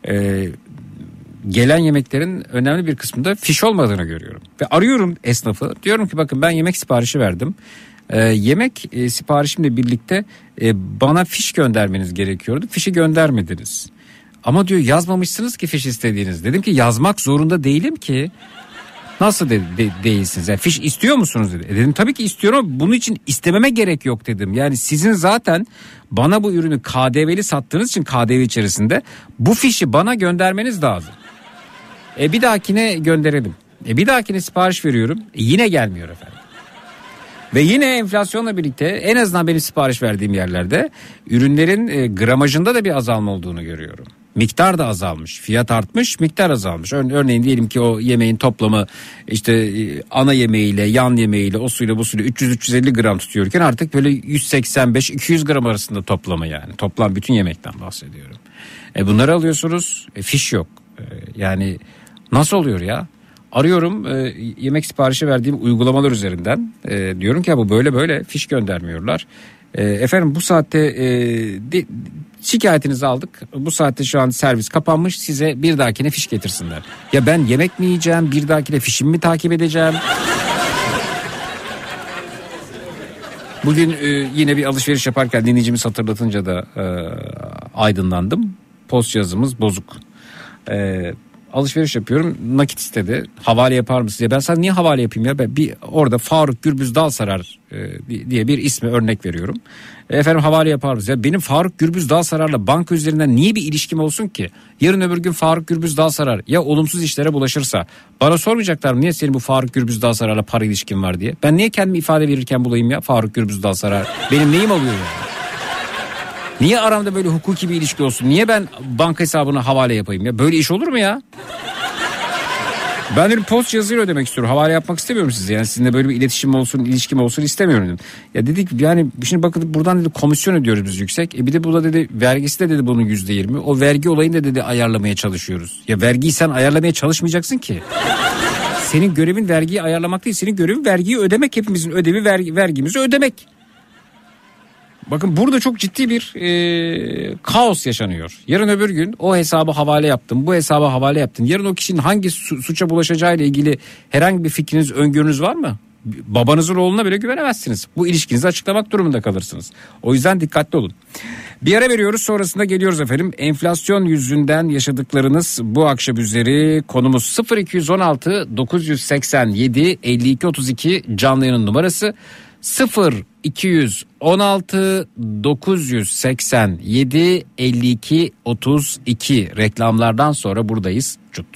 gelen yemeklerin önemli bir kısmında fiş olmadığını görüyorum. Ve arıyorum esnafı, diyorum ki bakın ben yemek siparişi verdim. Yemek siparişimle birlikte bana fiş göndermeniz gerekiyordu. Fişi göndermediniz. Ama diyor yazmamışsınız ki fiş istediğiniz. Dedim ki yazmak zorunda değilim ki. Nasıl değilsiniz? Yani fiş istiyor musunuz dedi. Dedim tabii ki istiyorum ama bunun için istememe gerek yok dedim. Yani sizin zaten bana bu ürünü KDV'li sattığınız için KDV içerisinde bu fişi bana göndermeniz lazım. Bir dahakine gönderelim. Bir dahakine sipariş veriyorum. Yine gelmiyor efendim. Ve yine enflasyonla birlikte en azından benim sipariş verdiğim yerlerde ürünlerin gramajında da bir azalma olduğunu görüyorum. Miktar da azalmış, fiyat artmış, miktar azalmış. Örneğin diyelim ki o yemeğin toplamı işte ana yemeğiyle, yan yemeğiyle, o suyla bu suyla 300-350 gram tutuyorken artık böyle 185-200 gram arasında toplamı yani. Toplam bütün yemekten bahsediyorum. Bunları alıyorsunuz, fiş yok. Yani nasıl oluyor ya? Arıyorum yemek siparişi verdiğim uygulamalar üzerinden. Diyorum ki ya bu böyle fiş göndermiyorlar. Efendim bu saatte şikayetinizi aldık. Bu saatte şu an servis kapanmış, size bir dahakine fiş getirsinler. Ya ben yemek mi yiyeceğim, bir dahakine fişimi mi takip edeceğim? Bugün yine bir alışveriş yaparken dinleyicimiz hatırlatınca da aydınlandım. Post cihazımız bozuk. Alışveriş yapıyorum, nakit istedi. Havale yapar mısın diye. Ben sana niye havale yapayım ya? Ben orada Faruk Gürbüz Dalsarar diye bir isme örnek veriyorum. Efendim havale yapar mısın? Ya benim Faruk Gürbüz Dalsarar'la banka üzerinden niye bir ilişkim olsun ki? Yarın öbür gün Faruk Gürbüz Dalsarar ya olumsuz işlere bulaşırsa bana sormayacaklar mı niye senin bu Faruk Gürbüz Dalsarar'la para ilişkin var diye? Ben niye kendimi ifade verirken bulayım ya Faruk Gürbüz Dalsarar? Benim neyim oluyor yani? Niye aramda böyle hukuki bir ilişki olsun? Niye ben banka hesabına havale yapayım ya? Böyle iş olur mu ya? Ben bir post yazıyla ödemek istiyorum. Havale yapmak istemiyorum size. Yani sizinle böyle bir iletişim olsun, ilişkim olsun istemiyorum dedim. Ya dedik yani şimdi bakın buradan dedi komisyon ödüyoruz biz yüksek. Bir de burada dedi vergisi de dedi bunun %20. O vergi olayını da dedi ayarlamaya çalışıyoruz. Ya vergiyi sen ayarlamaya çalışmayacaksın ki. Senin görevin vergiyi ayarlamak değil. Senin görevin vergiyi ödemek. Hepimizin ödevi vergimizi ödemek. Bakın burada çok ciddi bir kaos yaşanıyor. Yarın öbür gün o hesabı havale yaptım, bu hesaba havale yaptım. Yarın o kişinin hangi suça bulaşacağı ile ilgili herhangi bir fikriniz, öngörünüz var mı? Babanızın oğluna bile güvenemezsiniz. Bu ilişkinizi açıklamak durumunda kalırsınız. O yüzden dikkatli olun. Bir ara veriyoruz, sonrasında geliyoruz efendim. Enflasyon yüzünden yaşadıklarınız bu akşam üzeri konumuz 0216 987 52 32 canlı yayının numarası. 0216 987 52 32 reklamlardan sonra buradayız. Cut.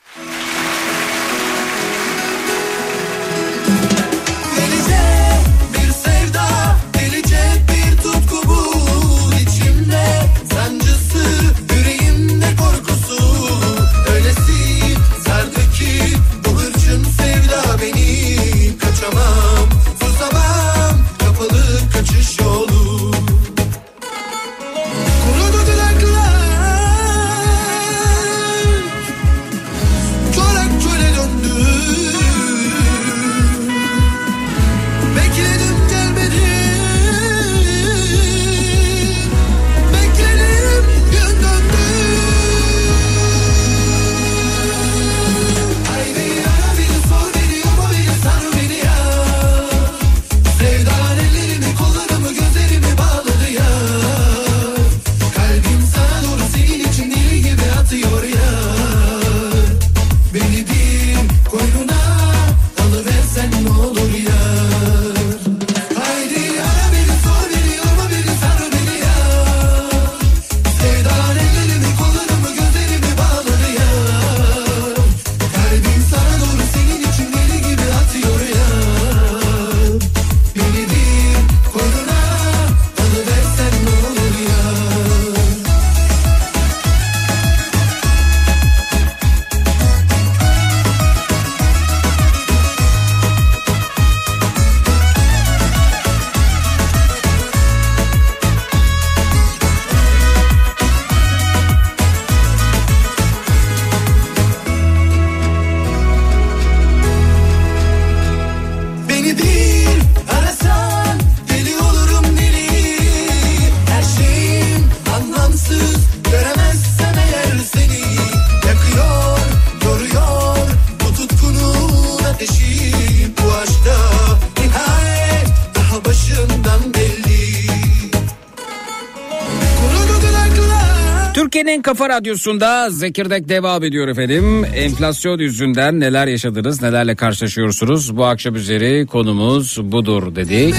Türkiye'nin Kafa Radyosu'nda Zekirdek devam ediyor efendim. Enflasyon yüzünden neler yaşadınız, nelerle karşılaşıyorsunuz? Bu akşam üzeri konumuz budur dedik.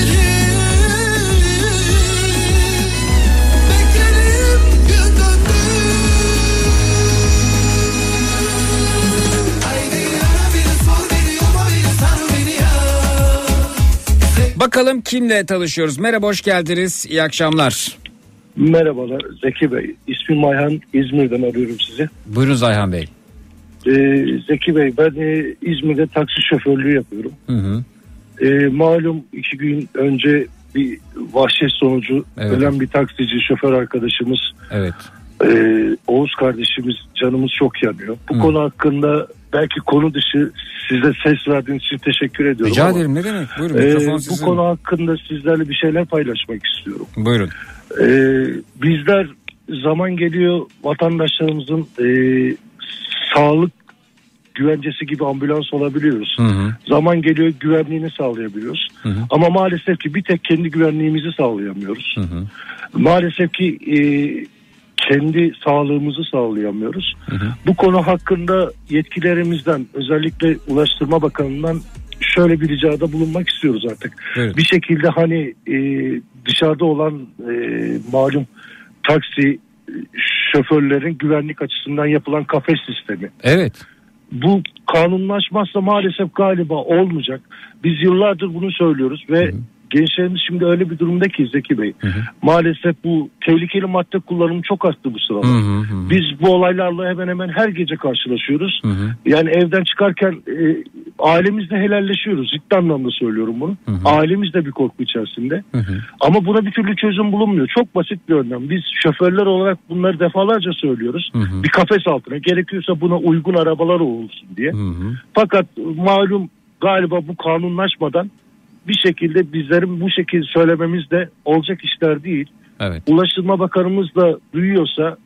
Bakalım kimle tanışıyoruz? Merhaba, hoş geldiniz. İyi akşamlar. Merhabalar Zeki Bey. İsmim Ayhan. İzmir'den arıyorum sizi. Buyurun Ayhan Bey. Zeki Bey, ben İzmir'de taksi şoförlüğü yapıyorum. Malum 2 gün önce bir vahşet sonucu ölen bir taksici şoför arkadaşımız. Evet. Oğuz kardeşimiz, canımız çok yanıyor. Bu konu hakkında belki konu dışı size ses verdiğiniz için teşekkür ediyorum. Rica ederim, ne demek? Buyurun, mikrofon sizin. Bu konu hakkında sizlerle bir şeyler paylaşmak istiyorum. Buyurun. Bizler zaman geliyor vatandaşlarımızın sağlık güvencesi gibi ambulans olabiliyoruz. Zaman geliyor güvenliğini sağlayabiliyoruz. Ama maalesef ki bir tek kendi güvenliğimizi sağlayamıyoruz. Maalesef ki kendi sağlığımızı sağlayamıyoruz. Bu konu hakkında yetkilerimizden, özellikle Ulaştırma Bakanı'ndan şöyle bir ricada bulunmak istiyoruz artık. Evet. Bir şekilde hani dışarıda olan malum taksi şoförlerin güvenlik açısından yapılan kafes sistemi. Evet. Bu kanunlaşmazsa maalesef galiba olmayacak. Biz yıllardır bunu söylüyoruz ve gençlerimiz şimdi öyle bir durumda ki Zeki Bey. Maalesef bu tehlikeli madde kullanımı çok arttı bu sırada. Biz bu olaylarla hemen hemen her gece karşılaşıyoruz. Yani evden çıkarken ailemizle helalleşiyoruz. Ciddi anlamda söylüyorum bunu. Ailemiz de bir korku içerisinde. Ama buna bir türlü çözüm bulunmuyor. Çok basit bir önlem. Biz şoförler olarak bunları defalarca söylüyoruz. Bir kafes altına, gerekiyorsa buna uygun arabalar olsun diye. Fakat malum galiba bu kanunlaşmadan bir şekilde bizlerin bu şekilde söylememiz de olacak işler değil. Evet. Ulaştırma Bakanımız da duyuyorsa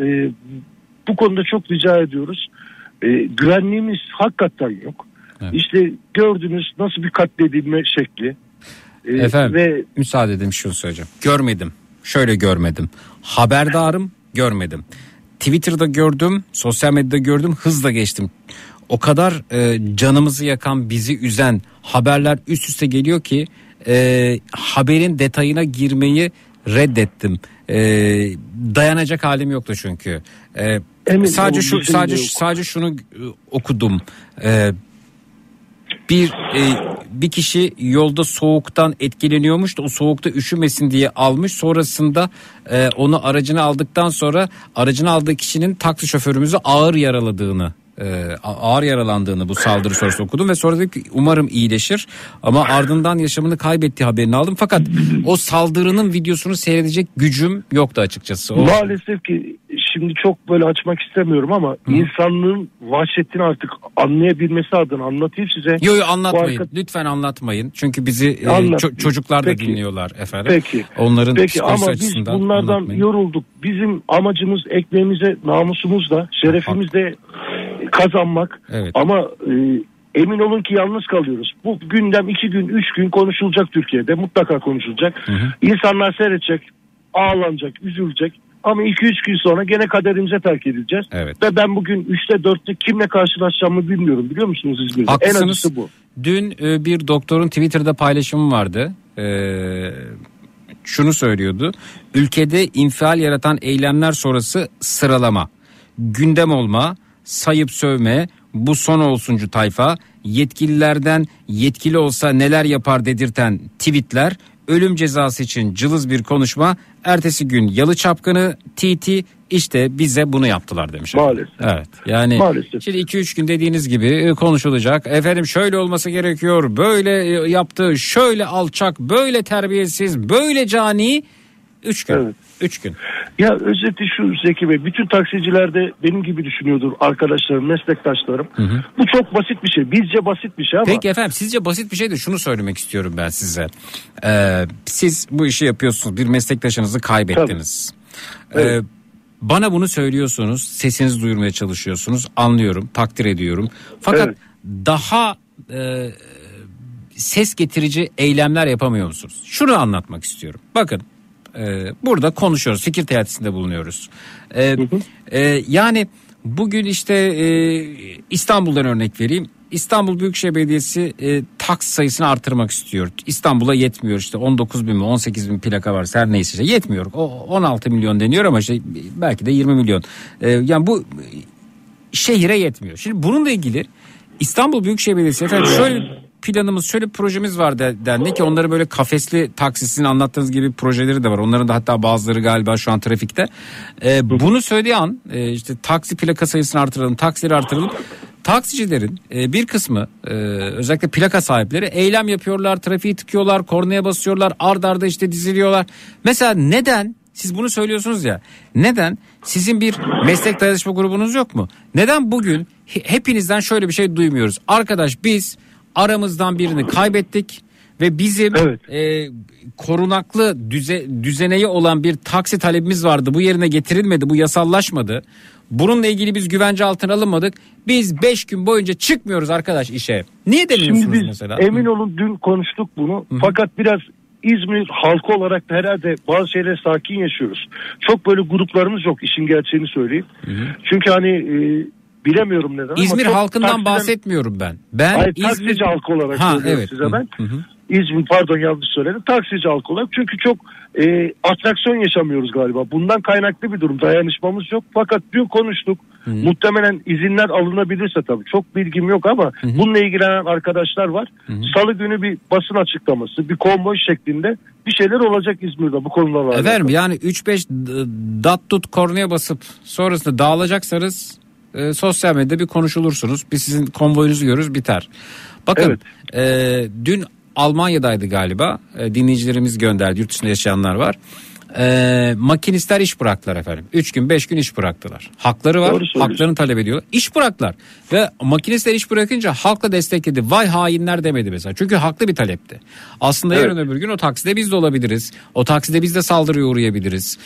bu konuda çok rica ediyoruz. Güvenliğimiz hakikaten yok. Evet. İşte gördünüz nasıl bir katledilme şekli. Efendim ve müsaade edin, şunu söyleyeceğim. Görmedim. Şöyle görmedim. Haberdarım, görmedim. Twitter'da gördüm, sosyal medyada gördüm, hızla geçtim. O kadar canımızı yakan, bizi üzen haberler üst üste geliyor ki haberin detayına girmeyi reddettim. Dayanacak halim yoktu çünkü. Sadece şunu okudum. Bir kişi yolda soğuktan etkileniyormuş da o soğukta üşümesin diye almış. Sonrasında onu aracına aldıktan sonra aracına aldığı kişinin taksi şoförümüzü ağır yaralandığını bu saldırı sonrası okudum ve sonra dedim ki umarım iyileşir, ama ardından yaşamını kaybettiği haberini aldım. Fakat o saldırının videosunu seyredecek gücüm yoktu açıkçası. Maalesef ki şimdi çok böyle açmak istemiyorum ama insanlığın vahşetini artık anlayabilmesi adına anlatayım size. Yok anlatmayın. Lütfen anlatmayın. Çünkü bizi çocuklar da dinliyorlar efendim. Peki. Onların peki ama biz bunlardan yorulduk. Bizim amacımız ekmeğimize, namusumuzla, şerefimizle kazanmak. Evet. Ama emin olun ki yalnız kalıyoruz. Bu gündem 2 gün 3 gün konuşulacak, Türkiye'de mutlaka konuşulacak. İnsanlar seyredecek, ağlanacak, üzülecek. Ama 2-3 gün sonra gene kaderimize terk edileceğiz. Evet. Ve ben bugün 3'te 4'te kimle karşılaşacağımı bilmiyorum, biliyor musunuz İzmir'de? Haklısınız. En acısı bu. Dün bir doktorun Twitter'da paylaşımı vardı. Şunu söylüyordu. Ülkede infial yaratan eylemler sonrası sıralama, gündem olma, sayıp sövme, bu son olsuncu tayfa, yetkililerden yetkili olsa neler yapar dedirten tweetler, ölüm cezası için cılız bir konuşma, ertesi gün yalı çapkını, TT, işte bize bunu yaptılar demiş. Maalesef. Evet. Yani maalesef. Şimdi 2-3 gün dediğiniz gibi konuşulacak. Efendim şöyle olması gerekiyor, böyle yaptı, şöyle alçak, böyle terbiyesiz, böyle cani. 3 gün. Evet. 3 gün. Ya özeti şu Zeki Bey, bütün taksiciler de benim gibi düşünüyordur, arkadaşlarım, meslektaşlarım. Bu çok basit bir şey. Bizce basit bir şey ama. Peki efendim, sizce basit bir şey de şunu söylemek istiyorum ben size. Siz bu işi yapıyorsunuz, bir meslektaşınızı kaybettiniz. Evet. Bana bunu söylüyorsunuz, sesinizi duyurmaya çalışıyorsunuz, anlıyorum, takdir ediyorum. Fakat daha ses getirici eylemler yapamıyor musunuz? Şunu anlatmak istiyorum. Bakın. Burada konuşuyoruz, fikir teatisinde bulunuyoruz. Yani bugün işte İstanbul'dan örnek vereyim. İstanbul Büyükşehir Belediyesi taksi sayısını artırmak istiyor. İstanbul'a yetmiyor, işte 19 bin mi 18 bin plaka varsa her neyse işte yetmiyor. O 16 milyon deniyor ama işte belki de 20 milyon. Yani bu şehire yetmiyor. Şimdi bununla ilgili İstanbul Büyükşehir Belediyesi efendim şöyle planımız, şöyle bir projemiz var dendi ki onları böyle kafesli taksi, sizin anlattığınız gibi projeleri de var. Onların da hatta bazıları galiba şu an trafikte. Bunu söylediği an işte taksi plaka sayısını artıralım, taksileri artıralım. Taksicilerin bir kısmı özellikle plaka sahipleri eylem yapıyorlar, trafiği tıkıyorlar, kornaya basıyorlar, ard arda işte diziliyorlar. Mesela neden? Siz bunu söylüyorsunuz ya. Neden? Sizin bir meslek dayanışma grubunuz yok mu? Neden bugün hepinizden şöyle bir şey duymuyoruz? Arkadaş biz aramızdan birini kaybettik ve bizim korunaklı düzeneği olan bir taksi talebimiz vardı. Bu yerine getirilmedi, bu yasallaşmadı. Bununla ilgili biz güvence altına alınmadık. Biz 5 gün boyunca çıkmıyoruz arkadaş işe. Niye demiyorsunuz Şimdi biz, mesela? emin olun dün konuştuk bunu. Hı-hı. Fakat biraz İzmir halkı olarak da herhalde bazı şeyleri sakin yaşıyoruz. Çok böyle gruplarımız yok, işin gerçeğini söyleyeyim. Hı-hı. Çünkü hani bilemiyorum neden. İzmir halkından bahsetmiyorum ben. Hayır, taksici halkı olarak söylüyorum size ben. Hı-hı. İzmir, pardon yanlış söyledim. Taksici halkı olarak, çünkü çok atraksiyon yaşamıyoruz galiba. Bundan kaynaklı bir durum. Dayanışmamız yok. Fakat dün konuştuk. Hı-hı. Muhtemelen izinler alınabilirse tabii. Çok bilgim yok ama Hı-hı. bununla ilgilenen arkadaşlar var. Hı-hı. Salı günü bir basın açıklaması, bir konvoy şeklinde bir şeyler olacak İzmir'de bu konularla. Efendim yani 3-5 dat tut kornaya basıp sonrasında dağılacaksanız sosyal medyada bir konuşulursunuz. Biz sizin konvoyunuzu görürüz, biter. Bakın dün Almanya'daydı galiba. Dinleyicilerimiz gönderdi. Yurt dışında yaşayanlar var. Makinistler iş bıraktılar efendim. 3 gün 5 gün iş bıraktılar. Hakları var. Haklarını talep ediyor. İş bıraktılar. Ve makinistler iş bırakınca halk da destekledi. Vay hainler demedi mesela. Çünkü haklı bir talepti. Aslında yarın öbür gün o takside biz de olabiliriz. O takside biz de saldırıya uğrayabiliriz.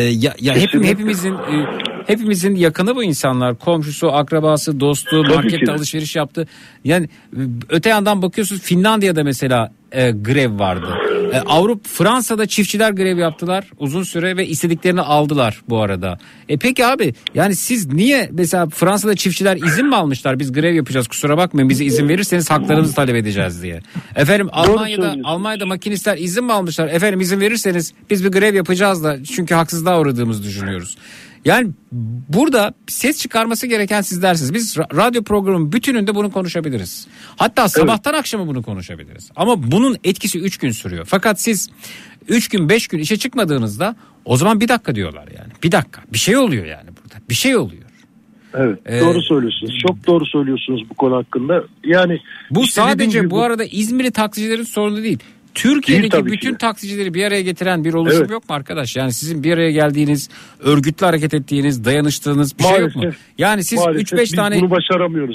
Hepimizin yakını bu insanlar. Komşusu, akrabası, dostu, markette alışveriş yaptı. Yani öte yandan bakıyorsunuz Finlandiya'da mesela grev vardı. Fransa'da çiftçiler grev yaptılar uzun süre ve istediklerini aldılar bu arada. Peki abi yani siz niye mesela Fransa'da çiftçiler izin mi almışlar? Biz grev yapacağız, kusura bakmayın, bize izin verirseniz haklarımızı talep edeceğiz diye. Efendim Almanya'da makinistler izin mi almışlar? Efendim izin verirseniz biz bir grev yapacağız da çünkü haksızlığa uğradığımızı düşünüyoruz. Yani burada ses çıkarması gereken sizlersiniz. Biz radyo programının bütününde bunu konuşabiliriz. Hatta sabahtan akşama bunu konuşabiliriz. Ama bunun etkisi 3 gün sürüyor. Fakat siz 3 gün 5 gün işe çıkmadığınızda o zaman bir dakika diyorlar yani. Bir dakika, bir şey oluyor yani burada. Bir şey oluyor. Evet, doğru söylüyorsunuz. Çok doğru söylüyorsunuz bu konu hakkında. Yani bu sadece bu arada İzmirli taksicilerin sorunu değil. Türkiye'deki bütün taksicileri bir araya getiren bir oluşum yok mu arkadaş? Yani sizin bir araya geldiğiniz, örgütlü hareket ettiğiniz, dayanıştığınız bir şey yok mu? Yani siz 3-5 tane bunu başaramıyoruz.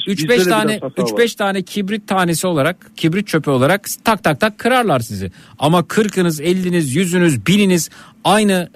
3-5 tane kibrit tanesi olarak, kibrit çöpü olarak tak tak tak kırarlar sizi. Ama 40'ınız, 50'niz, 100'ünüz, 1000'iniz aynı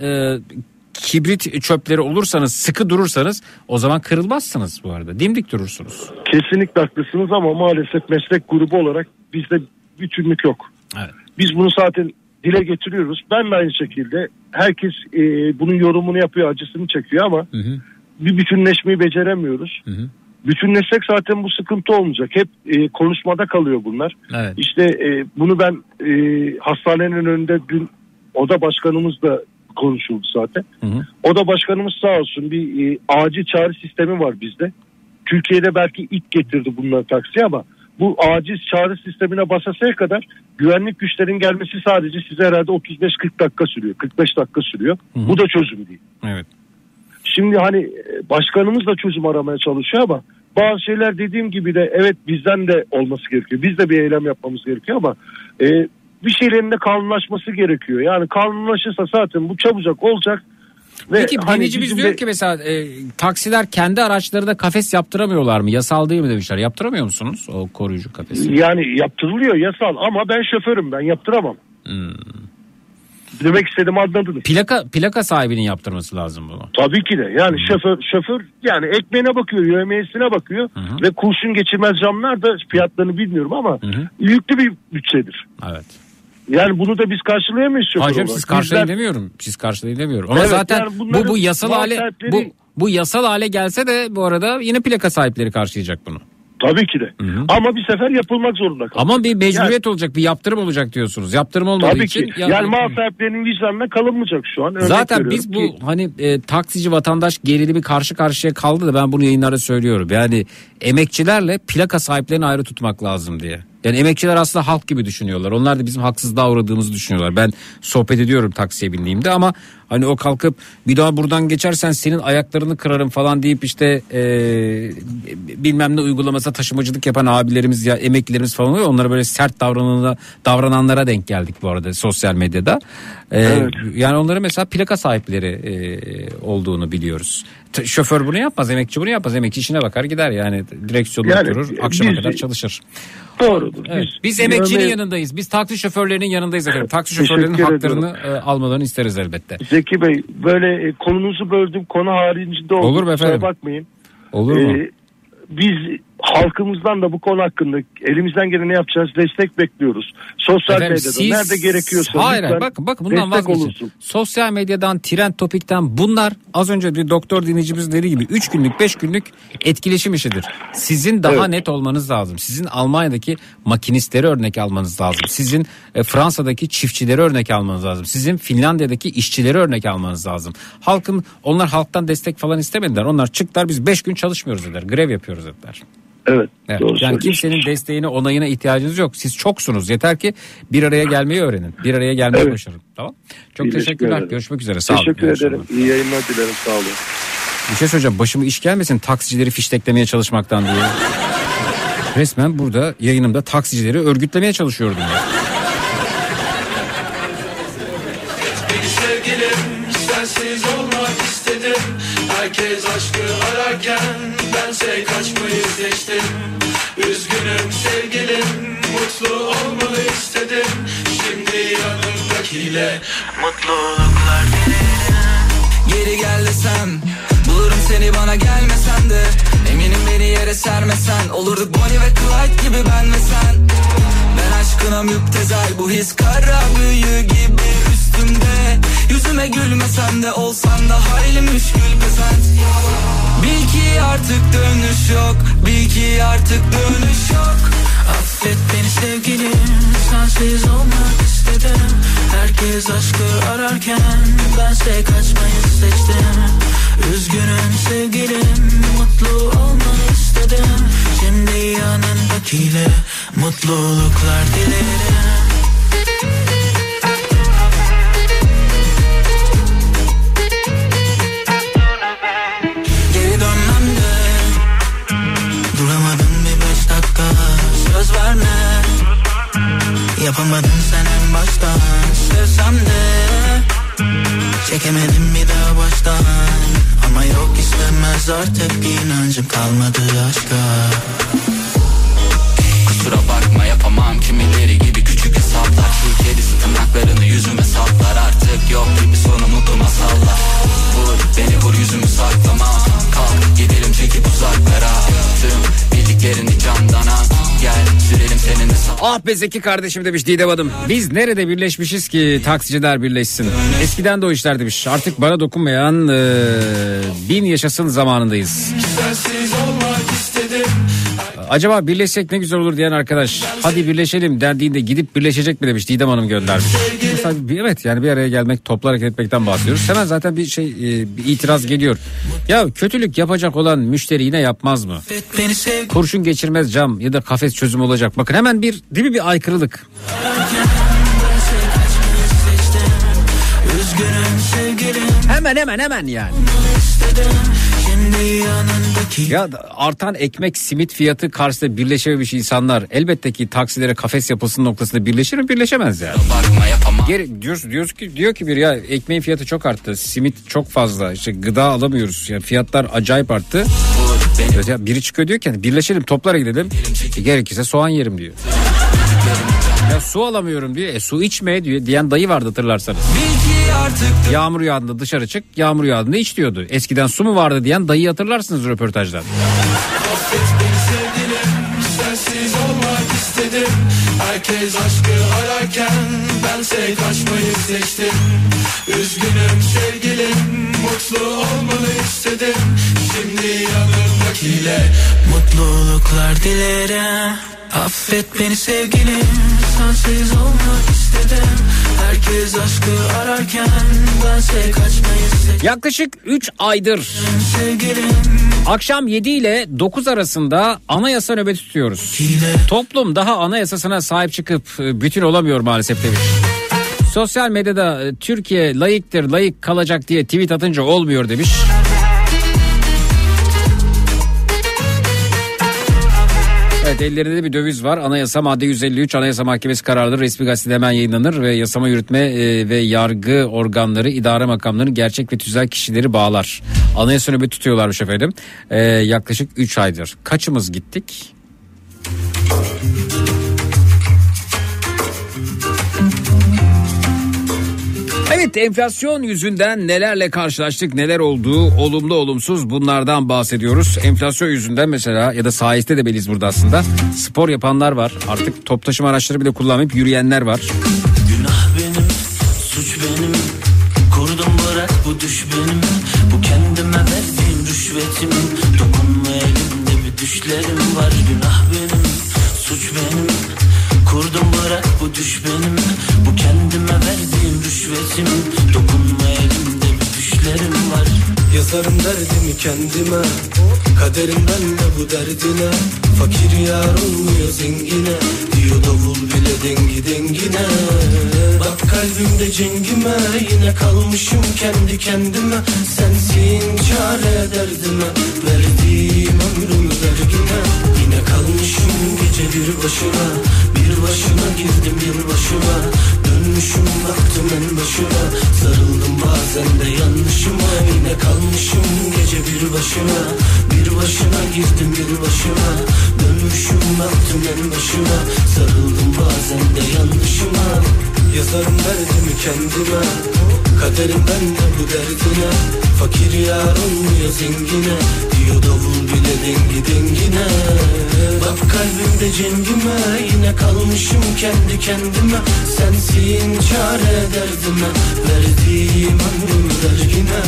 kibrit çöpleri olursanız, sıkı durursanız o zaman kırılmazsınız bu arada. Dimdik durursunuz. Kesinlikle haklısınız ama maalesef meslek grubu olarak bizde bütünlük yok. Evet. Biz bunu zaten dile getiriyoruz. Ben de aynı şekilde. Herkes bunun yorumunu yapıyor, acısını çekiyor ama bir bütünleşmeyi beceremiyoruz. Bütünleşsek zaten bu sıkıntı olmayacak. Hep konuşmada kalıyor bunlar. Evet. İşte bunu ben hastanenin önünde dün oda başkanımız da konuşuldu zaten. Oda başkanımız sağ olsun bir acil çağrı sistemi var bizde. Türkiye'de belki ilk getirdi bunları taksiye ama bu acil çağrı sistemine basasaya kadar güvenlik güçlerin gelmesi sadece size herhalde 35-40 dakika sürüyor. 45 dakika sürüyor. Bu da çözüm değil. Evet. Şimdi hani başkanımız da çözüm aramaya çalışıyor ama bazı şeyler dediğim gibi de evet bizden de olması gerekiyor. Biz de bir eylem yapmamız gerekiyor ama bir şeylerin de kanunlaşması gerekiyor. Yani kanunlaşırsa zaten bu çabucak olacak. Peki dinleyicimiz diyor ki mesela taksiler kendi araçlarında kafes yaptıramıyorlar mı? Yasal değil mi demişler. Yaptıramıyor musunuz o koruyucu kafesi? Yani yaptırılıyor yasal ama ben şoförüm, ben yaptıramam. Demek istediğimi anladınız. Plaka sahibinin yaptırması lazım bunu. Tabii ki de yani şoför yani ekmeğine bakıyor, yövmiyesine bakıyor ve kurşun geçirmez camlar da fiyatlarını bilmiyorum ama yüklü bir bütçedir. Evet. Yani bunu da biz karşılayamayız şoför olarak. Hayır, siz karşılayın demiyorum. Siz karşılayın demiyorum. Ama zaten yani bu yasal hale bu yasal hale gelse de bu arada yine plaka sahipleri karşılayacak bunu. Tabii ki de. Ama bir sefer yapılmak zorunda kalıyor. Ama bir mecburiyet olacak, bir yaptırım olacak diyorsunuz. Yaptırım olmadığı tabii için. Ki. Yani mal sahiplerinin vicdanına kalınmayacak şu an. Zaten biz bu taksici vatandaş gerilimi karşı karşıya kaldı da ben bunu yayınlarda söylüyorum. Yani emekçilerle plaka sahiplerini ayrı tutmak lazım diye. Yani emekçiler aslında halk gibi düşünüyorlar. Onlar da bizim haksızlığa uğradığımızı düşünüyorlar. Ben sohbet ediyorum taksiye bindiğimde ama hani o kalkıp bir daha buradan geçersen senin ayaklarını kırarım falan deyip işte bilmem ne uygulamasına taşımacılık yapan abilerimiz ya emeklilerimiz falan oluyor. Onlara böyle sert davrananlara denk geldik bu arada sosyal medyada. Evet. Yani onların mesela plaka sahipleri olduğunu biliyoruz. Şoför bunu yapmaz, emekçi bunu yapmaz. Emekçi işine bakar gider yani direksiyonda Yani oturur akşama kadar çalışır. Doğrudur. Evet. Biz emekçinin yanındayız. Biz taksi şoförlerinin yanındayız efendim. Taksi şoförlerinin haklarını almalarını isteriz elbette. Zeki Bey, böyle konunuzu böldüm, konu haricinde oldu. Olur mu efendim? Kusura bakmayın. Olur mu? Biz halkımızdan da bu konu hakkında elimizden geleni yapacağız. Destek bekliyoruz. Sosyal Efendim, medyada nerede gerekiyorsa hayır, lütfen bakın bundan vazgeçin. olursun. Sosyal medyadan, trend topikten bunlar az önce bir doktor dinleyicimiz dediği gibi 3 günlük 5 günlük etkileşim işidir. Sizin daha net olmanız lazım. Sizin Almanya'daki makinistleri örnek almanız lazım. Sizin Fransa'daki çiftçileri örnek almanız lazım. Sizin Finlandiya'daki işçileri örnek almanız lazım. Onlar halktan destek falan istemediler. Onlar çıktılar, biz 5 gün çalışmıyoruz dediler. Grev yapıyoruz dediler. Evet. Yani kimsenin desteğine, onayına ihtiyacınız yok. Siz çoksunuz. Yeter ki bir araya gelmeyi öğrenin. Bir araya gelmeyi başarın. Tamam. Çok teşekkürler. ederim. Görüşmek üzere. Sağ olun. Teşekkür ederim. İyi yayınlar dilerim. Sağ olun. Bir şey söyleyeceğim. Başıma iş gelmesin taksicileri fişteklemeye çalışmaktan diye. Resmen burada yayınımda taksicileri örgütlemeye çalışıyordum ya. Sensiz olmak istedim. Herkes aşkı ararken bense kaçmayı seçtim. Üzgünüm sevgilim, mutlu olmalı istedim. Şimdi yanımdakiyle mutluluklar dilerim. Geri gel desem, bulurum seni bana gelmesen de. Eminim beni yere sermesen, olurduk Bonnie ve Clyde gibi ben ve sen. Ben aşkına müptezel, bu his kara büyü gibi üstümde. Yüzüme gülmesen de olsan da hayli müşkül pesent. Bil ki artık dönüş yok, bil ki artık dönüş yok. Affet beni sevgilim, sensiz olmak istedim. Herkes aşkı ararken bense kaçmayı seçtim. Üzgünüm sevgilim, mutlu olmanı istedim. Şimdi yanındakiyle mutluluklar dilerim. Geri dönmem de, duramadım bir 5 dakika. Söz verme, yapamadın sen en baştan. Sevsem de, çekemedim bir daha baştan. Ama yok istemez artık, inancım kalmadı aşka. Kusura bakma yapamam kimileri gibi küçük hesaplar. Şu kedisi tırnaklarını yüzüme saplar. Artık yok bir sonu mutlu masallar. Vur beni vur yüzümü saklama. Kalk gidelim çekip uzaklara. Tüm bildiklerini candan al. Gel sürelim seninle Ah be Zeki kardeşim demiş Didem Hanım. Biz nerede birleşmişiz ki taksiciler birleşsin. Eskiden de o işler demiş. Artık bana dokunmayan bin yaşasın zamanındayız. Sensiz olmak istedim. Acaba birleşsek ne güzel olur diyen arkadaş. Hadi birleşelim dendiğinde gidip birleşecek mi demiş Didem Hanım göndermiş. Evet yani bir araya gelmek, toplu hareket etmekten bahsediyoruz. Hemen zaten bir itiraz geliyor. Ya kötülük yapacak olan müşteri yine yapmaz mı? Kurşun geçirmez cam ya da kafes çözüm olacak. Bakın hemen değil mi bir aykırılık. Hemen yani. Ya artan ekmek simit fiyatı karşısında birleşememiş insanlar elbette ki taksilere kafes yapılsın noktasında birleşir mi? Birleşemez yani. Diyor ki bir ya ekmeğin fiyatı çok arttı. Simit çok fazla. İşte gıda alamıyoruz. Yani fiyatlar acayip arttı. Ya biri çıkıyor diyor ki birleşelim toplara gidelim. Gerekirse soğan yerim diyor. Ya su alamıyorum diyor. Su içme diyor diyen dayı vardı hatırlarsanız. Yağmur yağdığında dışarı çık, yağmur yağdığında iç diyordu. Eskiden su mu vardı diyen dayıyı hatırlarsınız röportajdan. Sensiz olmak istedim. Herkes aşkı ararken bense kaçmayı seçtim. Üzgünüm sevgilim, mutlu olmanı istedim. Şimdi yanımdakiyle mutluluklar dilerim. Affet beni sevgilim, sensiz olmak istedim. Herkes aşkı ararken bense kaçmayı seçtim. Yaklaşık 3 aydır sevgilim, Akşam 7 ile 9 arasında anayasa nöbeti tutuyoruz. Toplum daha anayasasına sahip çıkıp bütün olamıyor maalesef demiş. Sosyal medyada Türkiye layıktır, layık kalacak diye tweet atınca olmuyor demiş. Evet, ellerinde bir döviz var. Anayasa madde 153 Anayasa Mahkemesi kararları resmi gazetede hemen yayınlanır ve yasama, yürütme ve yargı organları, idare makamlarının gerçek ve tüzel kişileri bağlar. Anayasa nöbeti tutuyorlarmış efendim. Yaklaşık 3 aydır. Kaçımız gittik? Evet, enflasyon yüzünden nelerle karşılaştık, neler oldu, olumlu olumsuz bunlardan bahsediyoruz. Enflasyon yüzünden mesela, ya da sayesinde de beliz burada aslında, spor yapanlar var. Artık top taşıma araçları bile kullanmayıp yürüyenler var. Günah benim, suç benim, kurdum bırak bu düş benim. Bu kendime verdiğim rüşvetim, dokunma elimde bir düşlerim var. Günah benim, suç benim, kurdum bırak bu düş benim. Bu kendime verdiğim rüşvetim, dokunma elimde bir düşlerim var. Yazarım derdimi kendime, kaderimden de bu derdine. Fakir yar olmuyor zengine, diyor davul bile dengi dengine. Bak kalbimde cengime, yine kalmışım kendi kendime. Sensin çare derdime, verdiğim ömrümü vergine. Yine kalmışım gece bir başına, bir başına girdim yılbaşına. Dönmüşüm baktım en başına, sarıldım bazen de yanlışıma. Yine kalmışım gece bir başına, bir başına girdim yılbaşına. Dönmüşüm baktım en başına, sarıldım bazen de yanlışıma. Yazarım derdimi kendime, kaderimden de bu derdine. Fakir yar olmuyor zengine, diyor davul bile dengi dengine. Bak kalbimde cengime, yine kalmışım kendi kendime. Sensin çare derdime, verdiğim ömrüm vergine.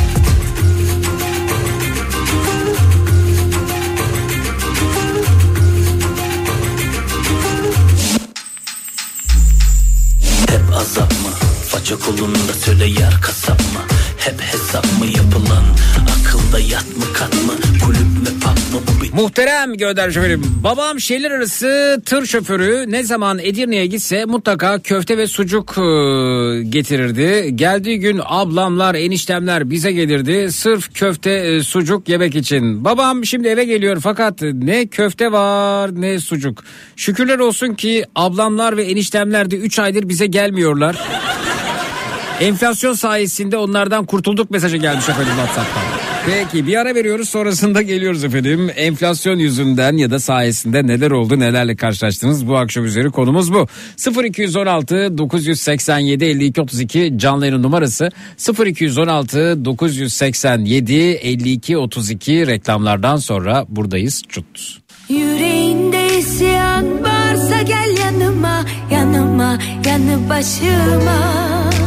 Hep azap mı? Faça kolunda söyle yar kasap mı? Hep hesap mı yapılan? Akılda yat mı kat mı? Kulüp mü pub mı bu bir... Muhterem göndermiş efendim. Babam şehirler arası tır şoförü, ne zaman Edirne'ye gitse mutlaka köfte ve sucuk getirirdi. Geldiği gün ablamlar, eniştemler bize gelirdi sırf köfte, sucuk yemek için. Babam şimdi eve geliyor fakat ne köfte var ne sucuk. Şükürler olsun ki ablamlar ve eniştemler de 3 aydır bize gelmiyorlar. Enflasyon sayesinde onlardan kurtulduk mesajı gelmiş efendim WhatsApp'tan. Peki, bir ara veriyoruz, sonrasında geliyoruz efendim. Enflasyon yüzünden ya da sayesinde neler oldu, nelerle karşılaştınız, bu akşam üzeri konumuz bu. 0216 987 52 32 canlı yayın numarası, 0216 987 52 32. Reklamlardan sonra buradayız. Çut. Yüreğinde isyan varsa gel yanıma, yanıma, yanı başıma.